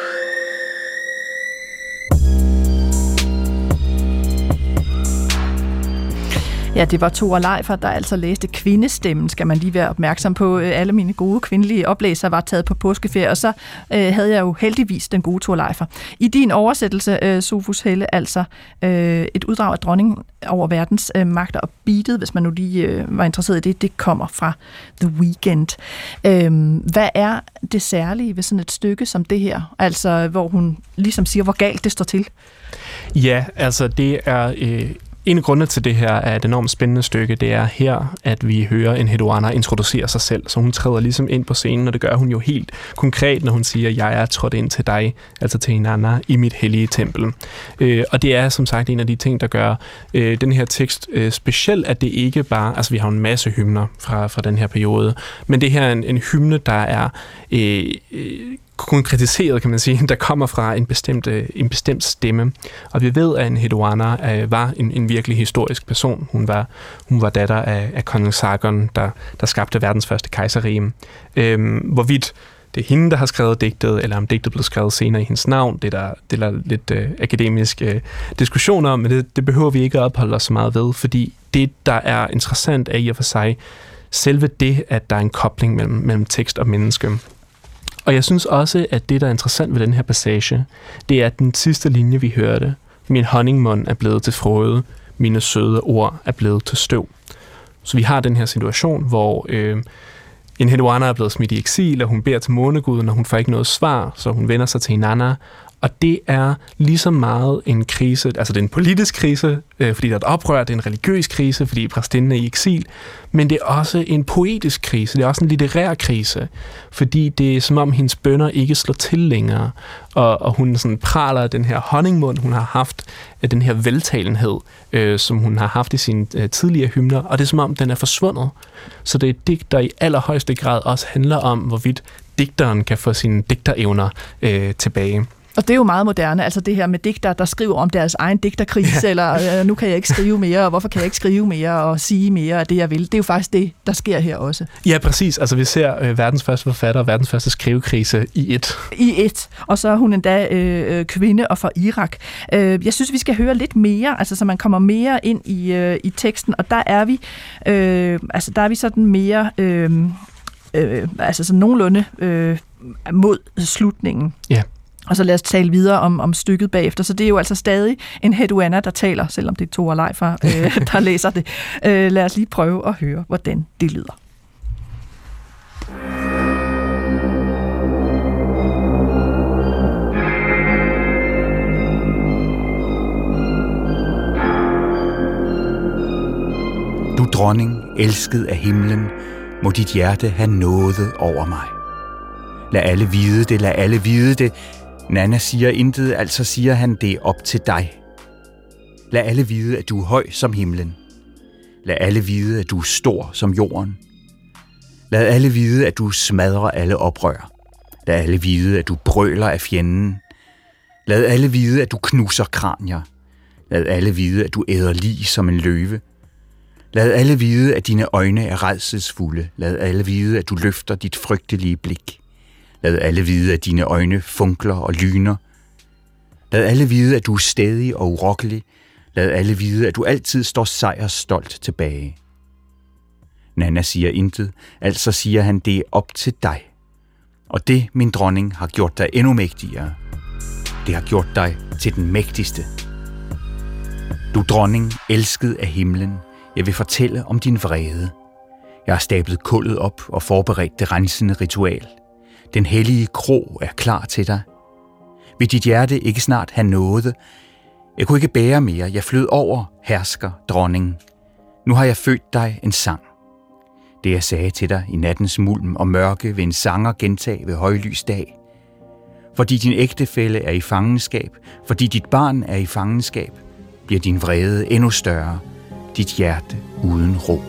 Ja, det var Thor Leifer, der altså læste Kvindestemmen, skal man lige være opmærksom på. Alle mine gode kvindelige oplæsere var taget på påskeferie, og så øh, havde jeg jo heldigvis den gode Thor Leifer. I din oversættelse, øh, Sofus Helle, altså øh, et uddrag af Dronningen over verdens øh, magter og beatet, hvis man nu lige øh, var interesseret i det, det kommer fra The Weeknd. Øh, hvad er det særlige ved sådan et stykke som det her? Altså, hvor hun ligesom siger, hvor galt det står til? Ja, altså det er... Øh En af grundene til det her er et enormt spændende stykke, det er her, at vi hører Enheduanna introducere sig selv. Så hun træder ligesom ind på scenen, og det gør hun jo helt konkret, når hun siger, jeg er trådt ind til dig, altså til Inanna, i mit hellige tempel. Øh, og det er som sagt en af de ting, der gør øh, den her tekst øh, speciel, at det ikke bare, altså vi har en masse hymner fra, fra den her periode, men det her er en, en hymne, der er øh, øh, konkretiseret, kan man sige, der kommer fra en bestemt, en bestemt stemme. Og vi ved, at Enheduanna øh, var en, en virkelig historisk person. Hun var, hun var datter af, af kongen Sargon, der, der skabte verdens første kejserrige. Øhm, hvorvidt det er hende, der har skrevet digtet, eller om digtet blev skrevet senere i hendes navn, det er der, det er der lidt øh, akademisk øh, diskussion om, men det, det behøver vi ikke at opholde os så meget ved, fordi det, der er interessant, er i og for sig selve det, at der er en kobling mellem, mellem tekst og menneske. Og jeg synes også, at det, der er interessant ved den her passage, det er, at den sidste linje, vi hørte, Min honningmund er blevet til frøde, mine søde ord er blevet til støv. Så vi har den her situation, hvor øh, Enheduanna er blevet smidt i eksil, og hun beder til måneguden, og hun får ikke noget svar, så hun vender sig til Inanna. Og det er lige så meget en krise, altså det er en politisk krise, øh, fordi der er et oprør, det er en religiøs krise, fordi præstinden er i eksil, men det er også en poetisk krise, det er også en litterær krise, fordi det er som om hendes bønner ikke slår til længere, og, og hun sådan praler af den her honningmund, hun har haft, af den her veltalenhed, øh, som hun har haft i sine øh, tidligere hymner, og det er som om, den er forsvundet. Så det er et digt, der i allerhøjeste grad også handler om, hvorvidt digteren kan få sine digterevner øh, tilbage. Og det er jo meget moderne, altså det her med digter, der skriver om deres egen digterkrise, ja. eller øh, nu kan jeg ikke skrive mere, og hvorfor kan jeg ikke skrive mere og sige mere af det, jeg vil. Det er jo faktisk det, der sker her også. Ja, præcis. Altså vi ser øh, verdens første forfatter og verdens første skrivekrise i et. I et. Og så er hun endda øh, kvinde og fra Irak. Øh, jeg synes, vi skal høre lidt mere, altså så man kommer mere ind i, øh, i teksten, og der er vi, øh, altså der er vi sådan mere, øh, øh, altså sådan nogenlunde øh, mod slutningen. Ja. Og så lad os tale videre om, om stykket bagefter. Så det er jo altså stadig Enheduanna, der taler, selvom det er Thora Leifer, øh, der læser det. Øh, lad os lige prøve at høre, hvordan det lyder. Du dronning, elsket af himlen, må dit hjerte have nåde over mig. Lad alle vide det, lad alle vide det. Nanna siger intet, altså siger han, det er op til dig. Lad alle vide, at du er høj som himlen. Lad alle vide, at du er stor som jorden. Lad alle vide, at du smadrer alle oprør. Lad alle vide, at du brøler af fjenden. Lad alle vide, at du knuser kranier. Lad alle vide, at du æder lig som en løve. Lad alle vide, at dine øjne er rædselsfulde. Lad alle vide, at du løfter dit frygtelige blik. Lad alle vide, at dine øjne funkler og lyner. Lad alle vide, at du er stædig og urokkelig. Lad alle vide, at du altid står sejrstolt tilbage. Nanna siger intet, altså siger han, det er op til dig. Og det, min dronning, har gjort dig endnu mægtigere. Det har gjort dig til den mægtigste. Du dronning, elsket af himlen, jeg vil fortælle om din vrede. Jeg har stablet kullet op og forberedt det rensende ritual. Den hellige kro er klar til dig. Vil dit hjerte ikke snart have nåde? Jeg kunne ikke bære mere. Jeg flød over, hersker, dronning. Nu har jeg født dig en sang. Det jeg sagde til dig i nattens mulm og mørke vil en sanger gentage ved højlys dag. Fordi din ægtefælle er i fangenskab, fordi dit barn er i fangenskab, bliver din vrede endnu større, dit hjerte uden ro.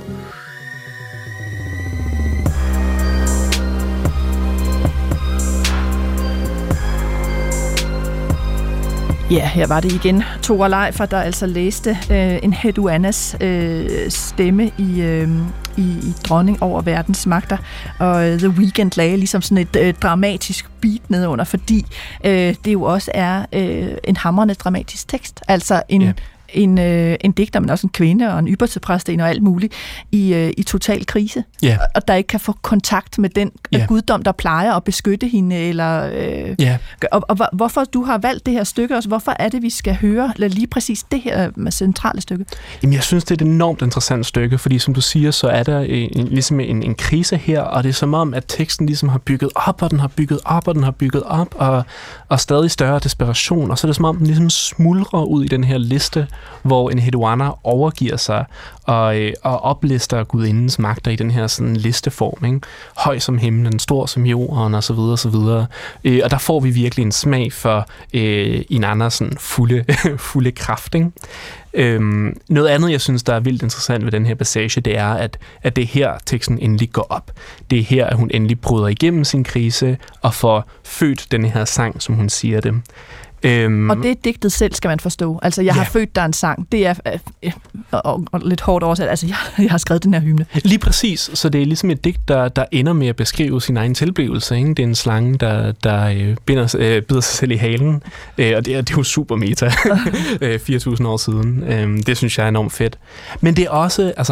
Ja, her var det igen Thora Leifer, der altså læste øh, Enheduannas øh, stemme i, øh, i, i Dronning over verdens magter, og øh, The Weeknd lagde ligesom sådan et øh, dramatisk beat nedunder, fordi øh, det jo også er øh, en hamrende dramatisk tekst, altså en... Yeah. En, øh, en digter, men også en kvinde og en ypperstepræstinde og alt muligt i, øh, i total krise. Yeah. Og der ikke kan få kontakt med den yeah. guddom, der plejer at beskytte hende. Eller, øh, yeah. og, og hvorfor du har valgt det her stykke også? Hvorfor er det, vi skal høre lige præcis det her centrale stykke? Jamen, jeg synes, det er et enormt interessant stykke, fordi som du siger, så er der en, ligesom en, en krise her, og det er som om, at teksten ligesom har bygget op, og den har bygget op, og den har bygget op, og, og stadig større desperation, og så er det som om, den ligesom smuldrer ud i den her liste, hvor Enheduanna overgiver sig og, øh, og oplister gudindens magter i den her sådan listeform, ikke? Høj som himlen, stor som jorden og så videre og så videre. Øh, og der får vi virkelig en smag for øh, Inannas sådan fulde, fulde kraft, ikke? Øhm, noget andet, jeg synes, der er vildt interessant ved den her passage, det er, at, at det er her, teksten endelig går op. Det er her, at hun endelig bryder igennem sin krise og får født den her sang, som hun siger det. Øhm, og det er digtet selv, skal man forstå. Altså, jeg ja. har født dig en sang. Det er øh, og, og lidt hårdt oversat. Altså, jeg, jeg har skrevet den her hymne. Lige præcis. Så det er ligesom et digt, der, der ender med at beskrive sin egen tilblivelse. Ikke? Det er en slange, der, der øh, binder, øh, bider sig selv i halen. Øh, og det er, det er jo super meta. fire tusind år siden. Øh, det synes jeg er enormt fedt. Men det er også... altså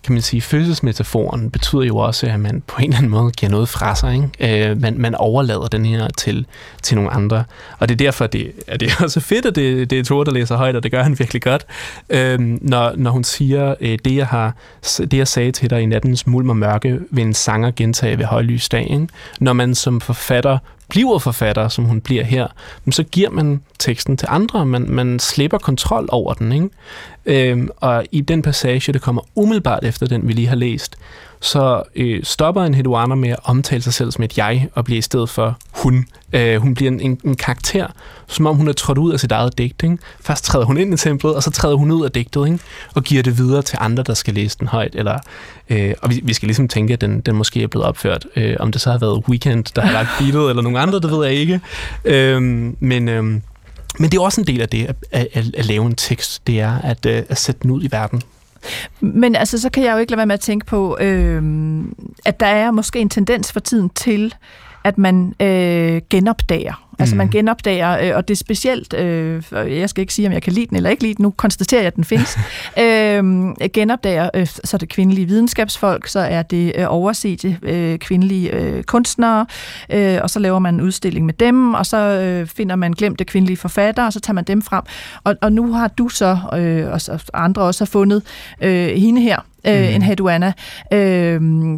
kan man sige, følelsesmetaforen betyder jo også, at man på en eller anden måde giver noget fra sig, ikke? Øh, man, man overlader den her til, til nogle andre. Og det er derfor, det, at det er også fedt, at det, det er Tore, der læser højt, og det gør han virkelig godt. Øh, når, når hun siger, øh, det, jeg har, det jeg sagde til dig i nattens mulm og mørke, vil en sanger gentage ved højlysdag. Ikke? Når man som forfatter bliver forfatter, som hun bliver her, så giver man teksten til andre. Man, man slipper kontrol over den. Ikke? Øhm, og i den passage, der kommer umiddelbart efter den, vi lige har læst, så øh, stopper en Hedwana med at omtale sig selv som et jeg, og bliver i stedet for hun. Øh, hun bliver en, en, en karakter, som om hun er trådt ud af sit eget digt. Ikke? Først træder hun ind i templet, og så træder hun ud af digtet, ikke? Og giver det videre til andre, der skal læse den højt. Eller, øh, og vi, vi skal ligesom tænke, at den, den måske er blevet opført. Øh, om det så har været Weekend, der har lagt beatet, eller nogle andre, det ved jeg ikke. Øh, men... Øh, Men det er også en del af det, at, at, at lave en tekst, det er at, at sætte den ud i verden. Men altså, så kan jeg jo ikke lade være med at tænke på, øh, at der er måske en tendens for tiden til, at man øh, genopdager. Altså man genopdager, øh, og det er specielt, øh, jeg skal ikke sige, om jeg kan lide den eller ikke lide den, nu konstaterer jeg, at den findes, øh, genopdager, øh, så er det kvindelige videnskabsfolk, så er det øh, oversete øh, kvindelige øh, kunstnere, øh, og så laver man en udstilling med dem, og så øh, finder man glemte kvindelige forfattere, og så tager man dem frem. Og, og nu har du så, øh, og så andre også har fundet øh, hende her, øh, mm. en Hedwana, øh,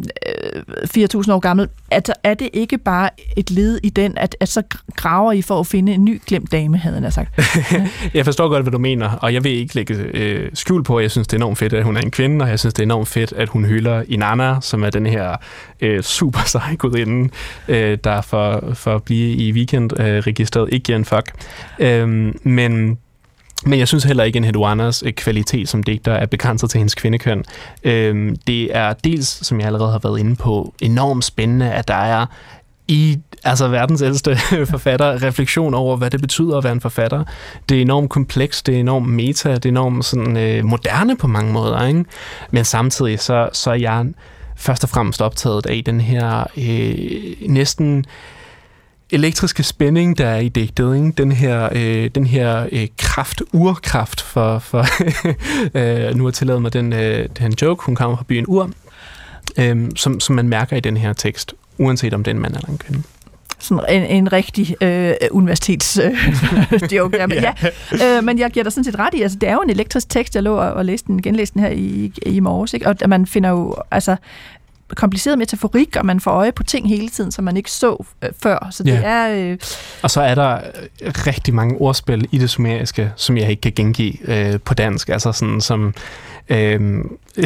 fire tusind år gammel. Altså, er det ikke bare et led i den, at, at så graver I for at finde en ny glemt dame, havde jeg sagt? Jeg forstår godt, hvad du mener, og jeg vil ikke lægge øh, skjul på, at jeg synes, det er enormt fedt, at hun er en kvinde, og jeg synes, det er enormt fedt, at hun hylder Inanna, som er den her øh, super seje gudinde, øh, der for, for at blive i Weekend-registret øh, ikke giver en fuck. Øh, men... Men jeg synes heller ikke, at Hedwanas kvalitet som digter er begrænset til hendes kvindekøn. Øhm, det er dels, som jeg allerede har været inde på, enormt spændende, at der er i altså verdens ældste forfatter refleksion over, hvad det betyder at være en forfatter. Det er enormt komplekst, det er enormt meta, det er enormt sådan, øh, moderne på mange måder. Ikke? Men samtidig så, så er jeg først og fremmest optaget af den her øh, næsten elektriske spænding, der er i digtet, ikke? Den her, øh, den her øh, kraft, urkraft for, for øh, nu har jeg tilladet mig den, øh, den joke, hun kommer fra byen Ur, øh, som, som man mærker i den her tekst, uanset om det er en mand eller en kvinde. Sådan en, en rigtig øh, universitetsjoke. Øh, ja, ja. Øh, men jeg giver dig sådan set ret i, altså det er jo en elektrisk tekst, jeg lå og, og læste den, genlæste den her i, i morges, ikke? Og man finder jo, altså kompliceret metaforik, og man får øje på ting hele tiden, som man ikke så øh, før. Så det ja. er... Øh... Og så er der rigtig mange ordspil i det sumeriske, som jeg ikke kan gengive øh, på dansk. Altså sådan som... Øh,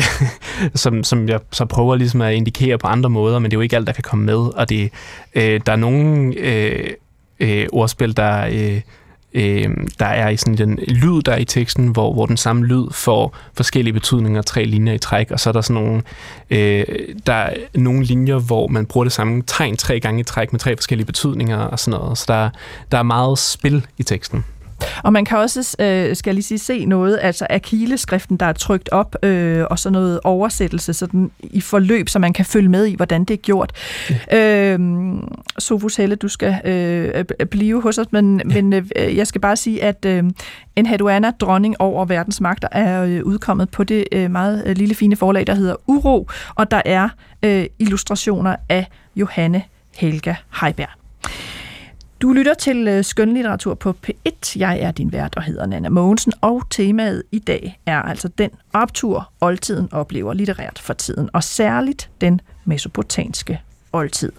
som, som jeg så prøver ligesom at indikere på andre måder, men det er jo ikke alt, der kan komme med. Og det, øh, der er nogle øh, øh, ordspil, der... Øh, Øh, der er i sådan den lyd, der er i teksten, hvor, hvor den samme lyd får forskellige betydninger, tre linjer i træk, og så er der sådan nogle, øh, der er nogle linjer, hvor man bruger det samme tegn tre gange i træk med tre forskellige betydninger og sådan noget. Så der, der er meget spil i teksten. Og man kan også, øh, skal jeg lige sige, se noget, altså af kileskriften, der er trykt op, øh, og så noget oversættelse sådan i forløb, så man kan følge med i, hvordan det er gjort. Ja. Øh, Sofus Helle, du skal øh, blive hos os, men, ja. men øh, jeg skal bare sige, at øh, en Hedwana, dronning over verdens magter, er øh, udkommet på det øh, meget øh, lille fine forlag, der hedder Uro, og der er øh, illustrationer af Johanne Helga Heiberg. Du lytter til Skønlitteratur på P et. Jeg er din vært og hedder Nanna Mogensen, og temaet i dag er altså den optur, oldtiden oplever litterært for tiden, og særligt den mesopotanske oldtid.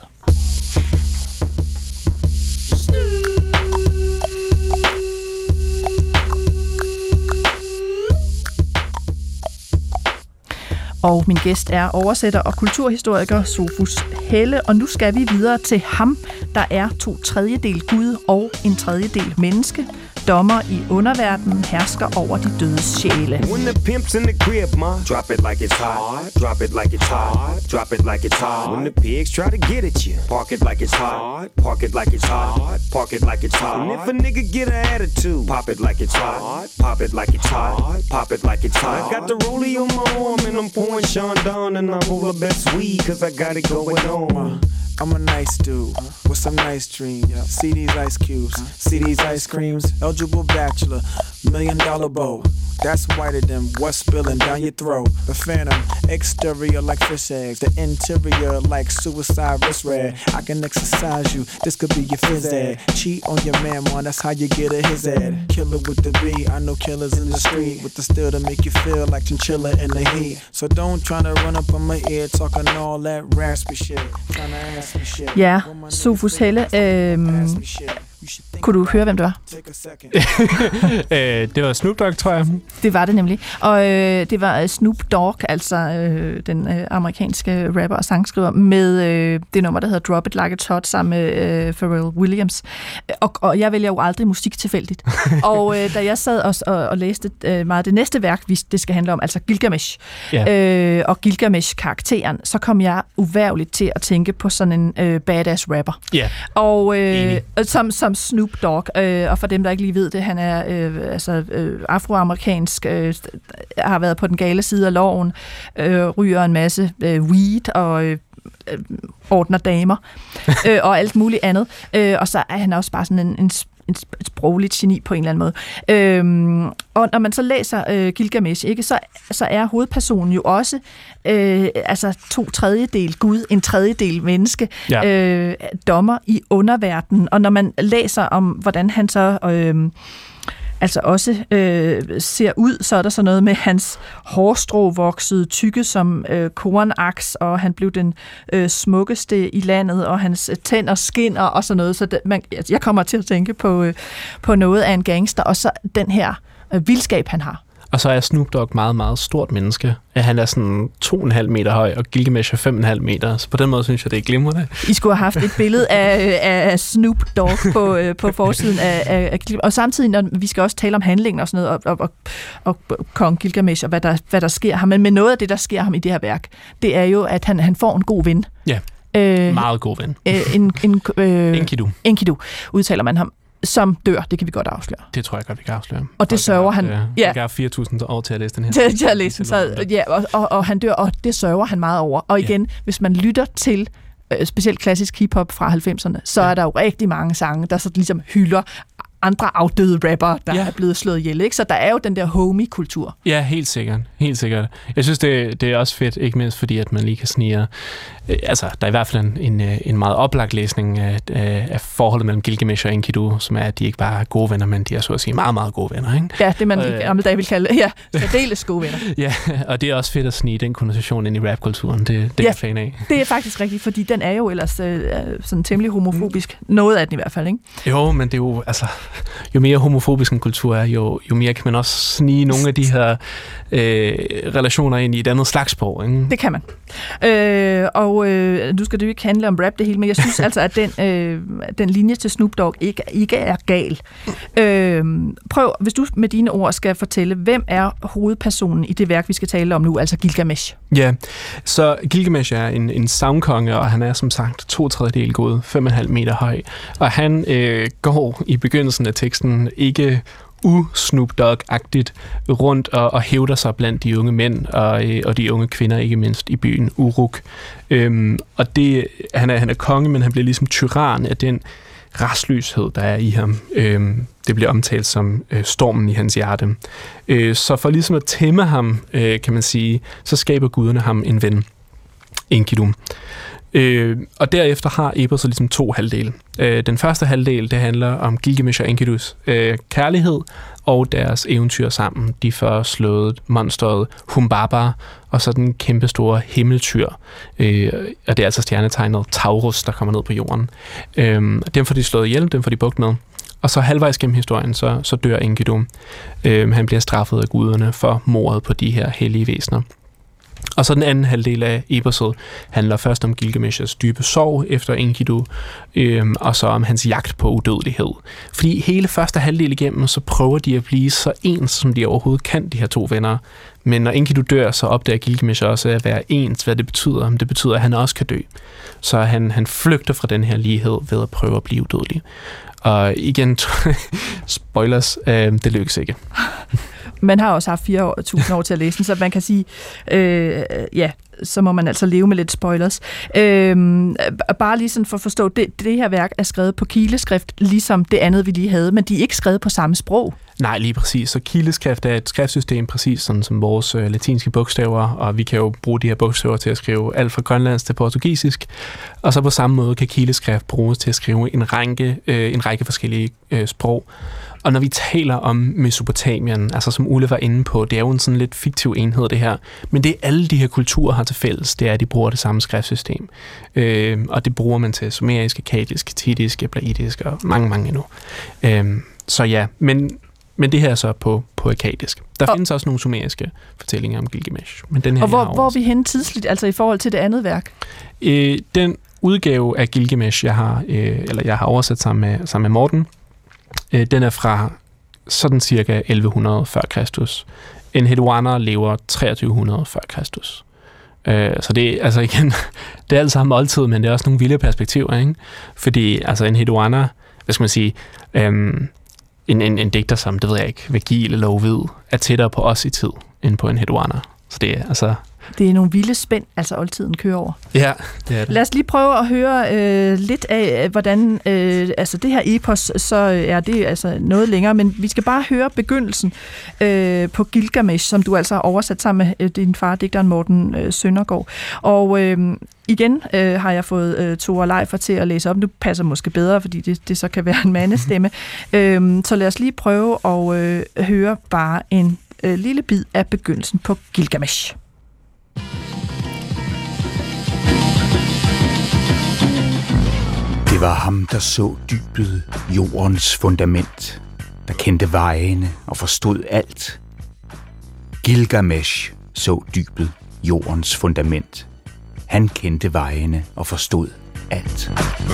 Og min gæst er oversætter og kulturhistoriker Sofus Helle, og nu skal vi videre til ham, der er to tredjedel Gud og en tredjedel menneske. Dommer i underverdenen, hersker over de dødes sjæle. When the pimp's in the crib, ma, drop it like it's hot, drop it like it's hot, drop it like it's hot. When the pigs try to get at you, park it like it's hot, park it like it's hot, park it like it's hot. And if a nigga get an attitude, pop it like it's hot, pop it like it's hot, pop it like it's hot. I got the rollie on my arm and I'm pouring Sean Don and I'm over best weed cause I got it going on. I'm a nice dude with some nice dreams. See these ice cubes, see these ice creams. Eligible bachelor, million dollar bow. That's whiter than what's spilling down your throat. The phantom, exterior like fish eggs. The interior like suicide wrist red. I can exercise you, this could be your phys ed. Cheat on your man, man, that's how you get a his ed. Killer with the B, I know killers in the street. With the steel to make you feel like chinchilla in the heat. So don't try to run up on my ear, talking all that raspy shit. Trying to ask me shit. Ja, Sofus Helle, øhm, kunne du høre, hvem det var? øh, det var Snoop Dogg, tror jeg. Det var det nemlig. Og øh, det var Snoop Dogg, altså øh, den øh, amerikanske rapper og sangskriver, med øh, det nummer, der hedder Drop It Like It's Hot, sammen med øh, Pharrell Williams. Og, og jeg vælger jo aldrig musik tilfældigt. og øh, da jeg sad og, og, og læste øh, meget det næste værk, vi, det skal handle om, altså Gilgamesh, yeah. øh, og Gilgamesh-karakteren, så kom jeg uværligt til at tænke på sådan en øh, badass rapper. Yeah. Og øh, som, som Snoop Dogg, øh, og for dem, der ikke lige ved det, han er øh, altså, øh, afroamerikansk, øh, har været på den gale side af loven, øh, ryger en masse øh, weed og øh, ordner damer, øh, og alt muligt andet. Øh, og så er han også bare sådan en, en et sprogligt geni på en eller anden måde. Øhm, og når man så læser øh, Gilgamesh, ikke, så, så er hovedpersonen jo også øh, altså to tredjedel Gud, en tredjedel menneske, ja. øh, dommer i underverdenen. Og når man læser om, hvordan han så øh, altså også øh, ser ud, så er der så noget med hans hårstrå voksede tykke som øh, kornaks, og han blev den øh, smukkeste i landet, og hans tænder skinner og sådan noget. Så det, man, jeg kommer til at tænke på, øh, på noget af en gangster, og så den her øh, vildskab, han har. Og så er Snoop Dogg meget, meget stort menneske. Han er sådan to og en halv meter høj, og Gilgamesh er fem og en halv meter. Så på den måde synes jeg, det er glimrende. I skulle have haft et billede af, af Snoop Dogg på, på forsiden af, af, af og samtidig, når vi skal også tale om handlingen og sådan noget, og, og, og, og kong Gilgamesh, og hvad der, hvad der sker ham. Men med noget af det, der sker ham i det her værk, det er jo, at han, han får en god ven. Ja, øh, meget god ven. Øh, en, en, øh, Enkidu. Enkidu, udtaler man ham. Som dør, det kan vi godt afsløre. Det tror jeg godt, vi kan afsløre. Og det sørger han... Ja. Ja. Jeg har fire tusind år til at læse den her. Til at læse den, så, ja, og, og, og han dør, og det sørger han meget over. Og igen, ja. Hvis man lytter til øh, specielt klassisk hiphop fra halvfemserne, så ja. Er der jo rigtig mange sange, der så ligesom hylder andre afdøde rapper, der ja. Er blevet slået ihjel, ikke? Så der er jo den der homie-kultur. Ja, helt sikkert. Helt sikkert. Jeg synes, det, det er også fedt, ikke mindst fordi, at man lige kan snige... Øh, altså, der er i hvert fald en, en, en meget oplagt læsning af, af forholdet mellem Gilgamesh og Enkidu, som er, at de ikke bare er gode venner, men de er så at sige meget, meget gode venner, ikke? Ja, det man i gamle dage vil kalde, ja, særdeles gode venner. Ja, og det er også fedt at snige den konnotation ind i rapkulturen. Det, det er ja, jeg fan af. Det er faktisk rigtigt, fordi den er jo ellers øh, sådan temmelig homofobisk. Mm. Noget af den i hvert fald, ikke? Jo, men det er jo, altså... Jo mere homofobisk en kultur er, jo, jo mere kan man også snige nogle af de her øh, relationer ind i et andet slagsprog, ikke? Det kan man. Øh, og øh, nu skal det jo ikke handle om rap det hele, men jeg synes altså, at den, øh, den linje til Snoop Dogg ikke, ikke er gal. Øh, prøv, hvis du med dine ord skal fortælle, hvem er hovedpersonen i det værk, vi skal tale om nu, altså Gilgamesh? Ja, så Gilgamesh er en, en sagnkonge, og han er som sagt to tredjedel god, fem og en halv meter høj, og han øh, går i begyndelsen af teksten ikke u-Snoop Dogg-agtigt rundt og, og hævder sig blandt de unge mænd og, og de unge kvinder, ikke mindst i byen Uruk. Øhm, og det, han, er, han er konge, men han bliver ligesom tyran af den rastløshed, der er i ham. Øhm, det bliver omtalt som øh, stormen i hans hjerte. Øh, så for ligesom at tæmme ham, øh, kan man sige, så skaber guderne ham en ven, Enkidu. Øh, og derefter har epos så ligesom to halvdele. Øh, den første halvdel, det handler om Gilgamesh og Enkidus øh, kærlighed og deres eventyr sammen. De får slået monsteret Humbaba og så den kæmpe store himmeltyr. Øh, og det er altså stjernetegnet Taurus, der kommer ned på jorden. Øh, dem får de slået ihjel, dem får de bugt med. Og så halvvejs gennem historien, så, så dør Enkidu. Øh, han bliver straffet af guderne for mordet på de her hellige væsener. Og så den anden halvdel af eposet handler først om Gilgameshs dybe sorg efter Enkidu, øhm, og så om hans jagt på udødelighed. Fordi hele første halvdel igennem, så prøver de at blive så ens, som de overhovedet kan, de her to venner. Men når Enkidu dør, så opdager Gilgamesh også at være ens, hvad det betyder. Det betyder, at han også kan dø. Så han, han flygter fra den her lighed ved at prøve at blive udødelig. Og igen, spoilers, øh, det lykkes ikke. Man har også haft fire tusind år til at læse den, så man kan sige, øh, ja, så må man altså leve med lidt spoilers. Øhm, bare lige sådan for at forstå, det, det her værk er skrevet på kileskrift, ligesom det andet, vi lige havde, men de er ikke skrevet på samme sprog. Nej, lige præcis. Så kileskrift er et skriftsystem, præcis sådan som vores øh, latinske bogstaver, og vi kan jo bruge de her bogstaver til at skrive alt fra grønlandsk til portugisisk, og så på samme måde kan kileskrift bruges til at skrive en række, øh, en række forskellige øh, sprog. Og når vi taler om Mesopotamien, altså som Ulle var inde på, det er jo en sådan lidt fiktiv enhed det her, men det alle de her kulturer har til fælles, det er, at de bruger det samme skriftsystem. Øh, og det bruger man til sumerisk, akkadisk, hittisk, eblaidisk og mange, mange endnu. Øh, så ja, men Men det her er så på, på akkadisk. Der og findes også nogle sumeriske fortællinger om Gilgamesh. Men den her, og hvor, hvor er vi henne tidsligt, altså i forhold til det andet værk? Øh, den udgave af Gilgamesh, jeg har, øh, eller jeg har oversat sammen med, sammen med Morten, øh, den er fra sådan cirka elleve hundrede før Kristus. Enheduanna lever treogtyve hundrede før Kristus. Øh, så det er altså igen, det er alt sammen oldtid, men det er også nogle vilde perspektiver, ikke? Fordi altså Enheduanna, hvad skal man sige, øh, En, en, en digter som, det ved jeg ikke, Vergil eller Ovid, er tættere på os i tid, end på Enheduanna. Så det er altså... Det er nogle vilde spænd, altså oldtiden kører over. Ja, det er det. Lad os lige prøve at høre øh, lidt af, hvordan... Øh, altså det her epos, så er det altså noget længere, men vi skal bare høre begyndelsen øh, på Gilgamesh, som du altså har oversat sammen med øh, din far, digteren Morten øh, Søndergaard. Og... Øh, Igen øh, har jeg fået øh, Tore Leifer til at læse op. Nu passer måske bedre, fordi det, det så kan være en mandestemme. øhm, så lad os lige prøve at øh, høre bare en øh, lille bid af begyndelsen på Gilgamesh. Det var ham, der så dybet, jordens fundament, der kendte vejene og forstod alt. Gilgamesh så dybet, jordens fundament. Han kendte vejene og forstod alt.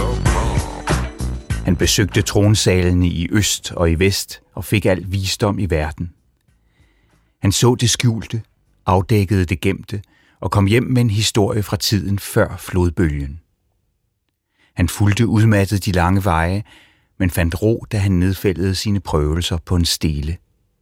Han besøgte tronsalene i øst og i vest og fik al visdom i verden. Han så det skjulte, afdækkede det gemte og kom hjem med en historie fra tiden før flodbølgen. Han fulgte udmattet de lange veje, men fandt ro, da han nedfældede sine prøvelser på en stele.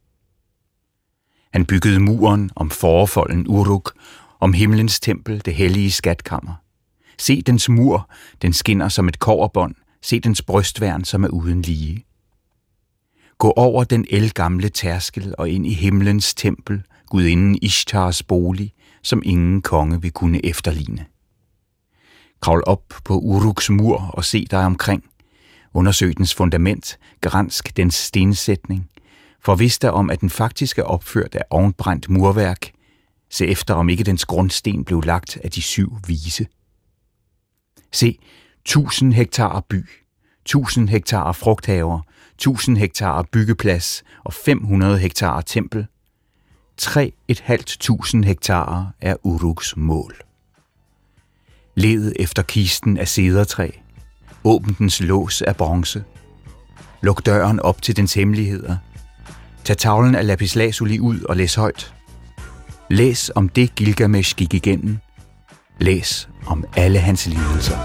Han byggede muren om forfolden Uruk, om himlens tempel, det hellige skatkammer. Se dens mur, den skinner som et kobberbånd. Se dens brystværn, som er uden lige. Gå over den ældgamle tærskel og ind i himlens tempel, gudinden Ishtars bolig, som ingen konge vil kunne efterligne. Kravl op på Uruks mur og se dig omkring. Undersøg dens fundament, gransk dens stensætning. Forvis dig om, at den faktisk er opført af ovnbrændt murværk. Se efter, om ikke dens grundsten blev lagt af de syv vise. Se, tusind hektar by, tusind hektar frugthaver, tusind hektar byggeplads og fem hundrede hektar tempel. Tre et halvt tusind hektar er Uruks mål. Led efter kisten af cedertræ. Åbn dens lås af bronze. Luk døren op til dens hemmeligheder. Tag tavlen af lapislazuli ud og læs højt. Læs om det, Gilgamesh gik igennem. Læs om alle hans lidelser.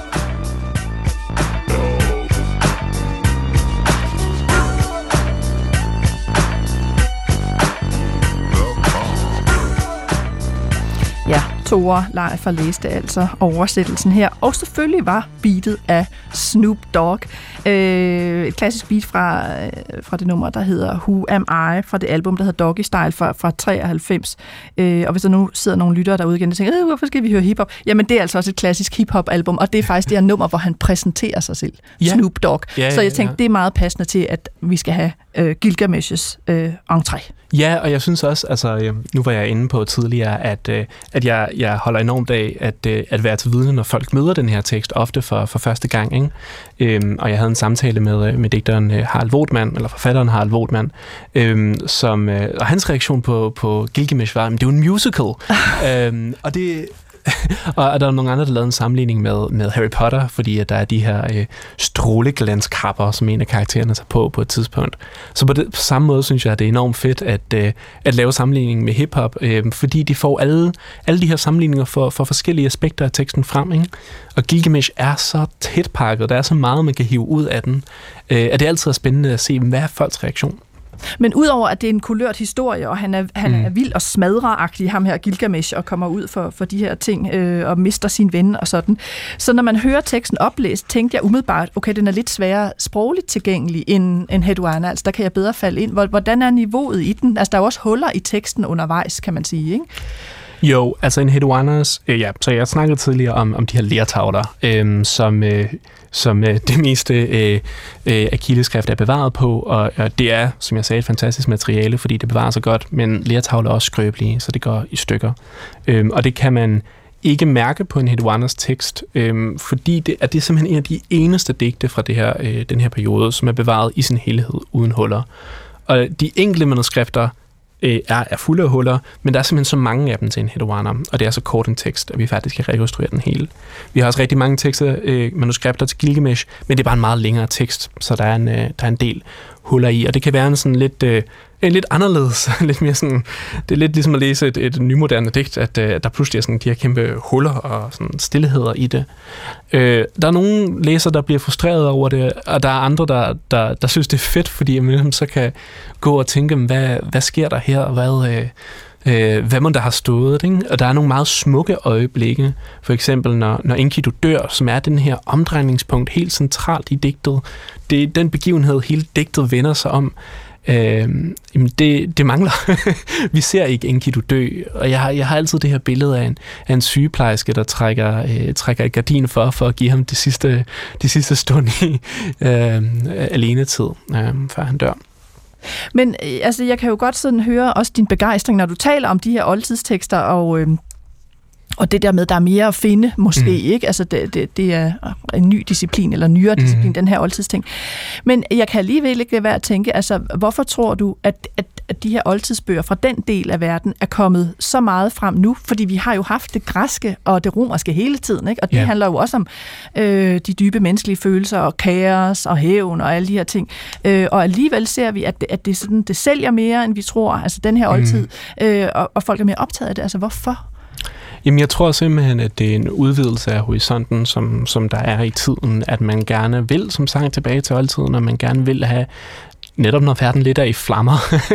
Ja, Tore Leifer læste altså oversættelsen her. Og selvfølgelig var beatet af Snoop Dogg. Øh, et klassisk beat fra, fra det nummer, der hedder Who Am I? Fra det album, der hedder Doggy Style fra, fra treoghalvfems. Øh, og hvis der nu sidder nogle lyttere derude igen og tænker, øh, hvorfor skal vi høre hiphop? Jamen, det er altså også et klassisk hiphop-album, og det er faktisk det her nummer, hvor han præsenterer sig selv. Ja. Snoop Dogg. Ja, ja, så jeg tænkte, ja. Det er meget passende til, at vi skal have øh, Gilgamesh's øh, entré. Ja, og jeg synes også, altså nu var jeg inde på tidligere, at, at jeg, jeg holder enormt af at, at være til vidne, når folk møder den her tekst, ofte for, for første gang. Ikke? Øhm, og jeg havde en samtale med, med digteren Harald Voetmann, eller forfatteren Harald Voetmann, øhm, som, og hans reaktion på, på Gilgamesh var, at det er jo en musical. øhm, og det... og der er nogle andre, der lavede en sammenligning med, med Harry Potter, fordi at der er de her øh, stråleglanskapper, som en af karaktererne tager på på et tidspunkt. Så på, det, på samme måde synes jeg, at det er enormt fedt at, øh, at lave sammenligning med hiphop, øh, fordi de får alle, alle de her sammenligninger for, for forskellige aspekter af teksten frem. Ikke? Og Gilgamesh er så tæt pakket, der er så meget, man kan hive ud af den, øh, at det altid er spændende at se, hvad er folks reaktion. Men udover at det er en kulørt historie, og han er, han Mm. er vild og smadreagtig, ham her Gilgamesh, og kommer ud for, for de her ting, øh, og mister sin ven og sådan. Så når man hører teksten oplæst, tænkte jeg umiddelbart, okay, den er lidt sværere sprogligt tilgængelig end, end Hedwana, altså der kan jeg bedre falde ind. Hvordan er niveauet i den? Altså der er jo også huller i teksten undervejs, kan man sige, ikke? Jo, altså en Hedwanas, øh, ja, så jeg snakkede tidligere om, om de her lertavler, øh, som, øh, som øh, det meste øh, øh, af kildeskrift er bevaret på, og, og det er, som jeg sagde, et fantastisk materiale, fordi det bevarer sig godt, men lertavler er også skrøbelige, så det går i stykker. Øh, og det kan man ikke mærke på en Hedwanas tekst, øh, fordi det er, det er simpelthen en af de eneste digte fra det her, øh, den her periode, som er bevaret i sin helhed uden huller. Og de enkelte manuskripter er, er fulde af huller, men der er simpelthen så mange af dem til en Hedwana, og det er så kort en tekst, at vi faktisk kan rekonstruere den hele. Vi har også rigtig mange tekster, øh, manuskripter til Gilgamesh, men det er bare en meget længere tekst, så der er en, øh, der er en del huller i, og det kan være en sådan lidt, øh, en lidt anderledes, lidt mere sådan, det er lidt ligesom at læse et, et nymoderne digt, at øh, der pludselig er sådan de her kæmpe huller og sådan stillheder i det. Øh, der er nogle læsere, der bliver frustreret over det, og der er andre, der, der, der synes, det er fedt, fordi man så kan gå og tænke, hvad, hvad sker der her, hvad... Øh, Øh, hvad man der har stået, ikke? Og der er nogle meget smukke øjeblikke, for eksempel når, når Enkidu dør, som er den her omdrejningspunkt helt centralt i digtet. Det er den begivenhed, hele digtet vender sig om. Øh, jamen det, det mangler. Vi ser ikke Enkidu dø, og jeg har, jeg har altid det her billede af en, af en sygeplejerske, der trækker, øh, trækker et gardin for, for at give ham det sidste, det sidste stund i øh, alenetid, øh, før han dør. Men altså, jeg kan jo godt sådan høre også din begejstring, når du taler om de her oldtidstekster, og, øh, og det der med, der er mere at finde, måske, mm. ikke? Altså, det, det, det er en ny disciplin, eller nyere mm. disciplin, den her oldtidsting. Men jeg kan alligevel ikke være at tænke, altså, hvorfor tror du, at, at, at de her oldtidsbøger fra den del af verden er kommet så meget frem nu? Fordi vi har jo haft det græske og det romerske hele tiden, ikke? Og det yeah. handler jo også om øh, de dybe menneskelige følelser, og kaos, og hævn, og alle de her ting. Øh, og alligevel ser vi, at det, at det, sådan, det sælger mere, end vi tror, altså den her oldtid, mm. øh, og, og folk er mere optaget af det. Altså, hvorfor? Jamen, jeg tror simpelthen, at det er en udvidelse af horisonten, som, som der er i tiden, at man gerne vil, som sagt, tilbage til oldtiden, og man gerne vil have, netop når verden lidt er i flammer,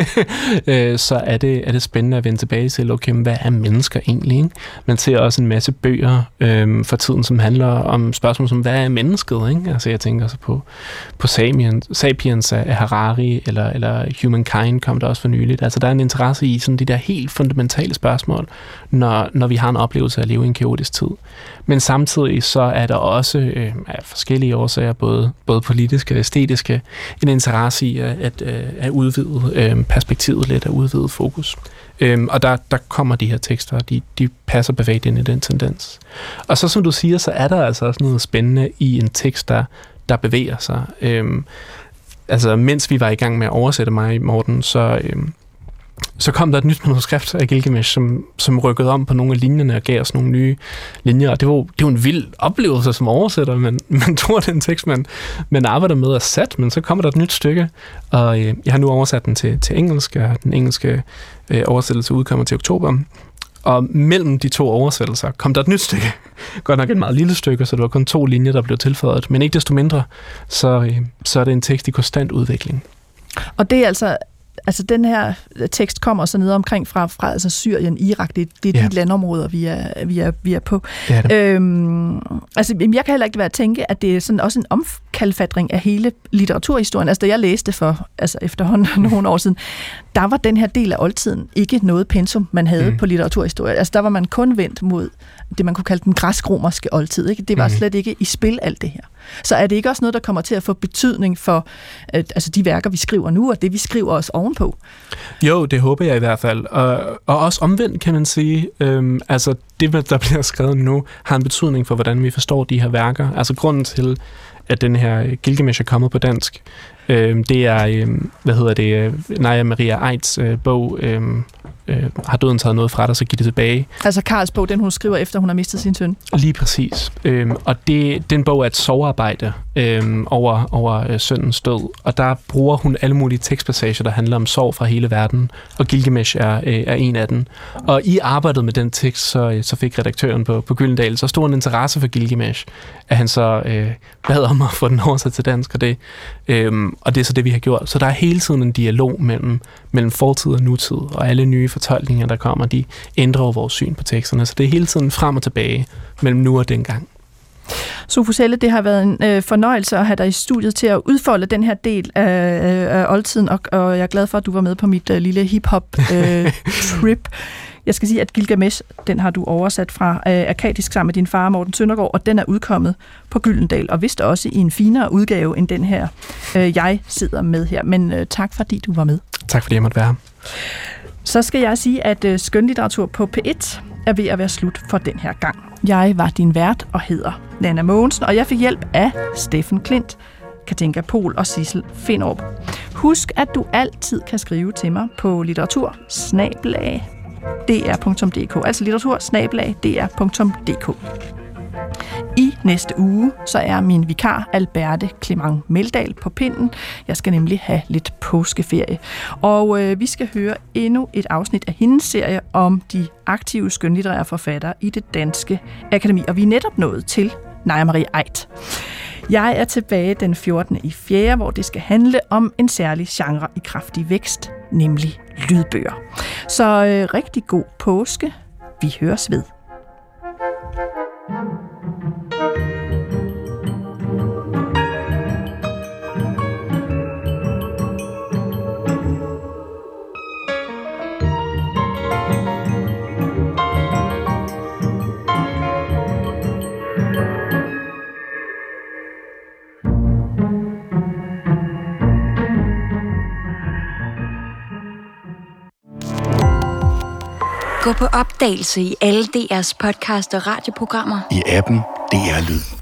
så er det, er det spændende at vende tilbage til, okay, hvad er mennesker egentlig? Ikke? Man ser også en masse bøger øhm, for tiden, som handler om spørgsmål som, hvad er mennesket? Ikke? Altså jeg tænker så på, på Sapiens, Sapiens af Harari, eller, eller Humankind kom der også for nyligt. Altså der er en interesse i sådan de der helt fundamentale spørgsmål, når, når vi har en oplevelse af at leve i en kaotisk tid. Men samtidig så er der også øh, af forskellige årsager, både, både politiske og æstetiske, en interesse i at, at, at udvide øh, perspektivet lidt, at udvide fokus. Øhm, og der, der kommer de her tekster, de, de passer perfekt ind i den tendens. Og så som du siger, så er der altså også noget spændende i en tekst, der, der bevæger sig. Øhm, altså mens vi var i gang med at oversætte mig, Morten, så... Øhm, Så kom der et nyt manuskript af Gilgamesh, som, som rykkede om på nogle af linjerne og gav os nogle nye linjer. Og det var, det var en vild oplevelse som oversætter. Man, man tror, det er en tekst, man, man arbejder med at sætte, men så kommer der et nyt stykke. Og øh, jeg har nu oversat den til, til engelsk, og den engelske øh, oversættelse udkommer til oktober. Og mellem de to oversættelser kom der et nyt stykke. Godt nok et meget lille stykke, så det var kun to linjer, der blev tilføjet. Men ikke desto mindre, så, øh, så er det en tekst i konstant udvikling. Og det er altså... Altså, den her tekst kommer så ned omkring fra, fra altså Syrien, Irak, det, det er ja. de landområder, vi er, vi er, vi er på. Det er det. Øhm, altså, jeg kan heller ikke være at tænke, at det er sådan også en omkalfatring af hele litteraturhistorien. Altså, da jeg læste for altså, efterhånden nogle år siden, der var den her del af oldtiden ikke noget pensum, man havde mm. på litteraturhistorie. Altså, der var man kun vendt mod det, man kunne kalde den græsk-romerske oldtid. Ikke? Det var mm. slet ikke i spil, alt det her. Så er det ikke også noget, der kommer til at få betydning for øh, altså de værker, vi skriver nu, og det, vi skriver os ovenpå? Jo, det håber jeg i hvert fald. Og, og også omvendt, kan man sige. Øhm, altså, det, der bliver skrevet nu, har en betydning for, hvordan vi forstår de her værker. Altså, grunden til, at den her Gilgamesh er kommet på dansk, øhm, det er, øhm, hvad hedder det, Naja Maria Eids øh, bog, øhm, øh, Har døden taget noget fra dig, så giv det tilbage. Altså Karls bog, den hun skriver efter, hun har mistet sin søn. Lige præcis. Øhm, og det, den bog er et sorgarbejde øhm, over, over øh, sønnens død. Og der bruger hun alle mulige tekstpassager, der handler om sorg fra hele verden. Og Gilgamesh er, øh, er en af dem. Og i arbejdet med den tekst, så, så fik redaktøren på, på Gyldendal så stor en interesse for Gilgamesh, at han så øh, bad om at få den oversat til dansk. Og det, øh, og det er så det, vi har gjort. Så der er hele tiden en dialog mellem, mellem fortid og nutid, og alle nye fortolkninger, der kommer, de ændrer vores syn på teksterne. Så det er hele tiden frem og tilbage mellem nu og dengang. Sofus Helle, det har været en øh, fornøjelse at have dig i studiet til at udfolde den her del af, af oldtiden, og, og jeg er glad for, at du var med på mit øh, lille hip-hop-trip. Øh, jeg skal sige, at Gilgamesh, den har du oversat fra øh, akadisk sammen med din far, Morten Søndergaard, og den er udkommet på Gyldendal, og vist også i en finere udgave end den her, øh, jeg sidder med her. Men øh, tak, fordi du var med. Tak, fordi jeg måtte være her. Så skal jeg sige, at øh, skønlitteratur på P et er ved at være slut for den her gang. Jeg var din vært og hedder Nanna Mogensen, og jeg fik hjælp af Steffen Klint, Katinka Pohl og Sissel Finderup. Husk, at du altid kan skrive til mig på litteratur snabel-a d r punktum d k, altså litteratur snabel-a d r punktum d k. I næste uge, så er min vikar Alberte Clement Meldal på pinden. Jeg skal nemlig have lidt påskeferie. Og øh, vi skal høre endnu et afsnit af hendes serie om de aktive skønlitterære forfattere i det danske akademi. Og vi er netop nået til Naja Marie Aidt. Jeg er tilbage den fjortende i fjerde, hvor det skal handle om en særlig genre i kraftig vækst, nemlig lydbøger. Så øh, rigtig god påske. Vi høres ved. Gå på opdagelse i alle D R's podcast og radioprogrammer. I appen D R Lyd.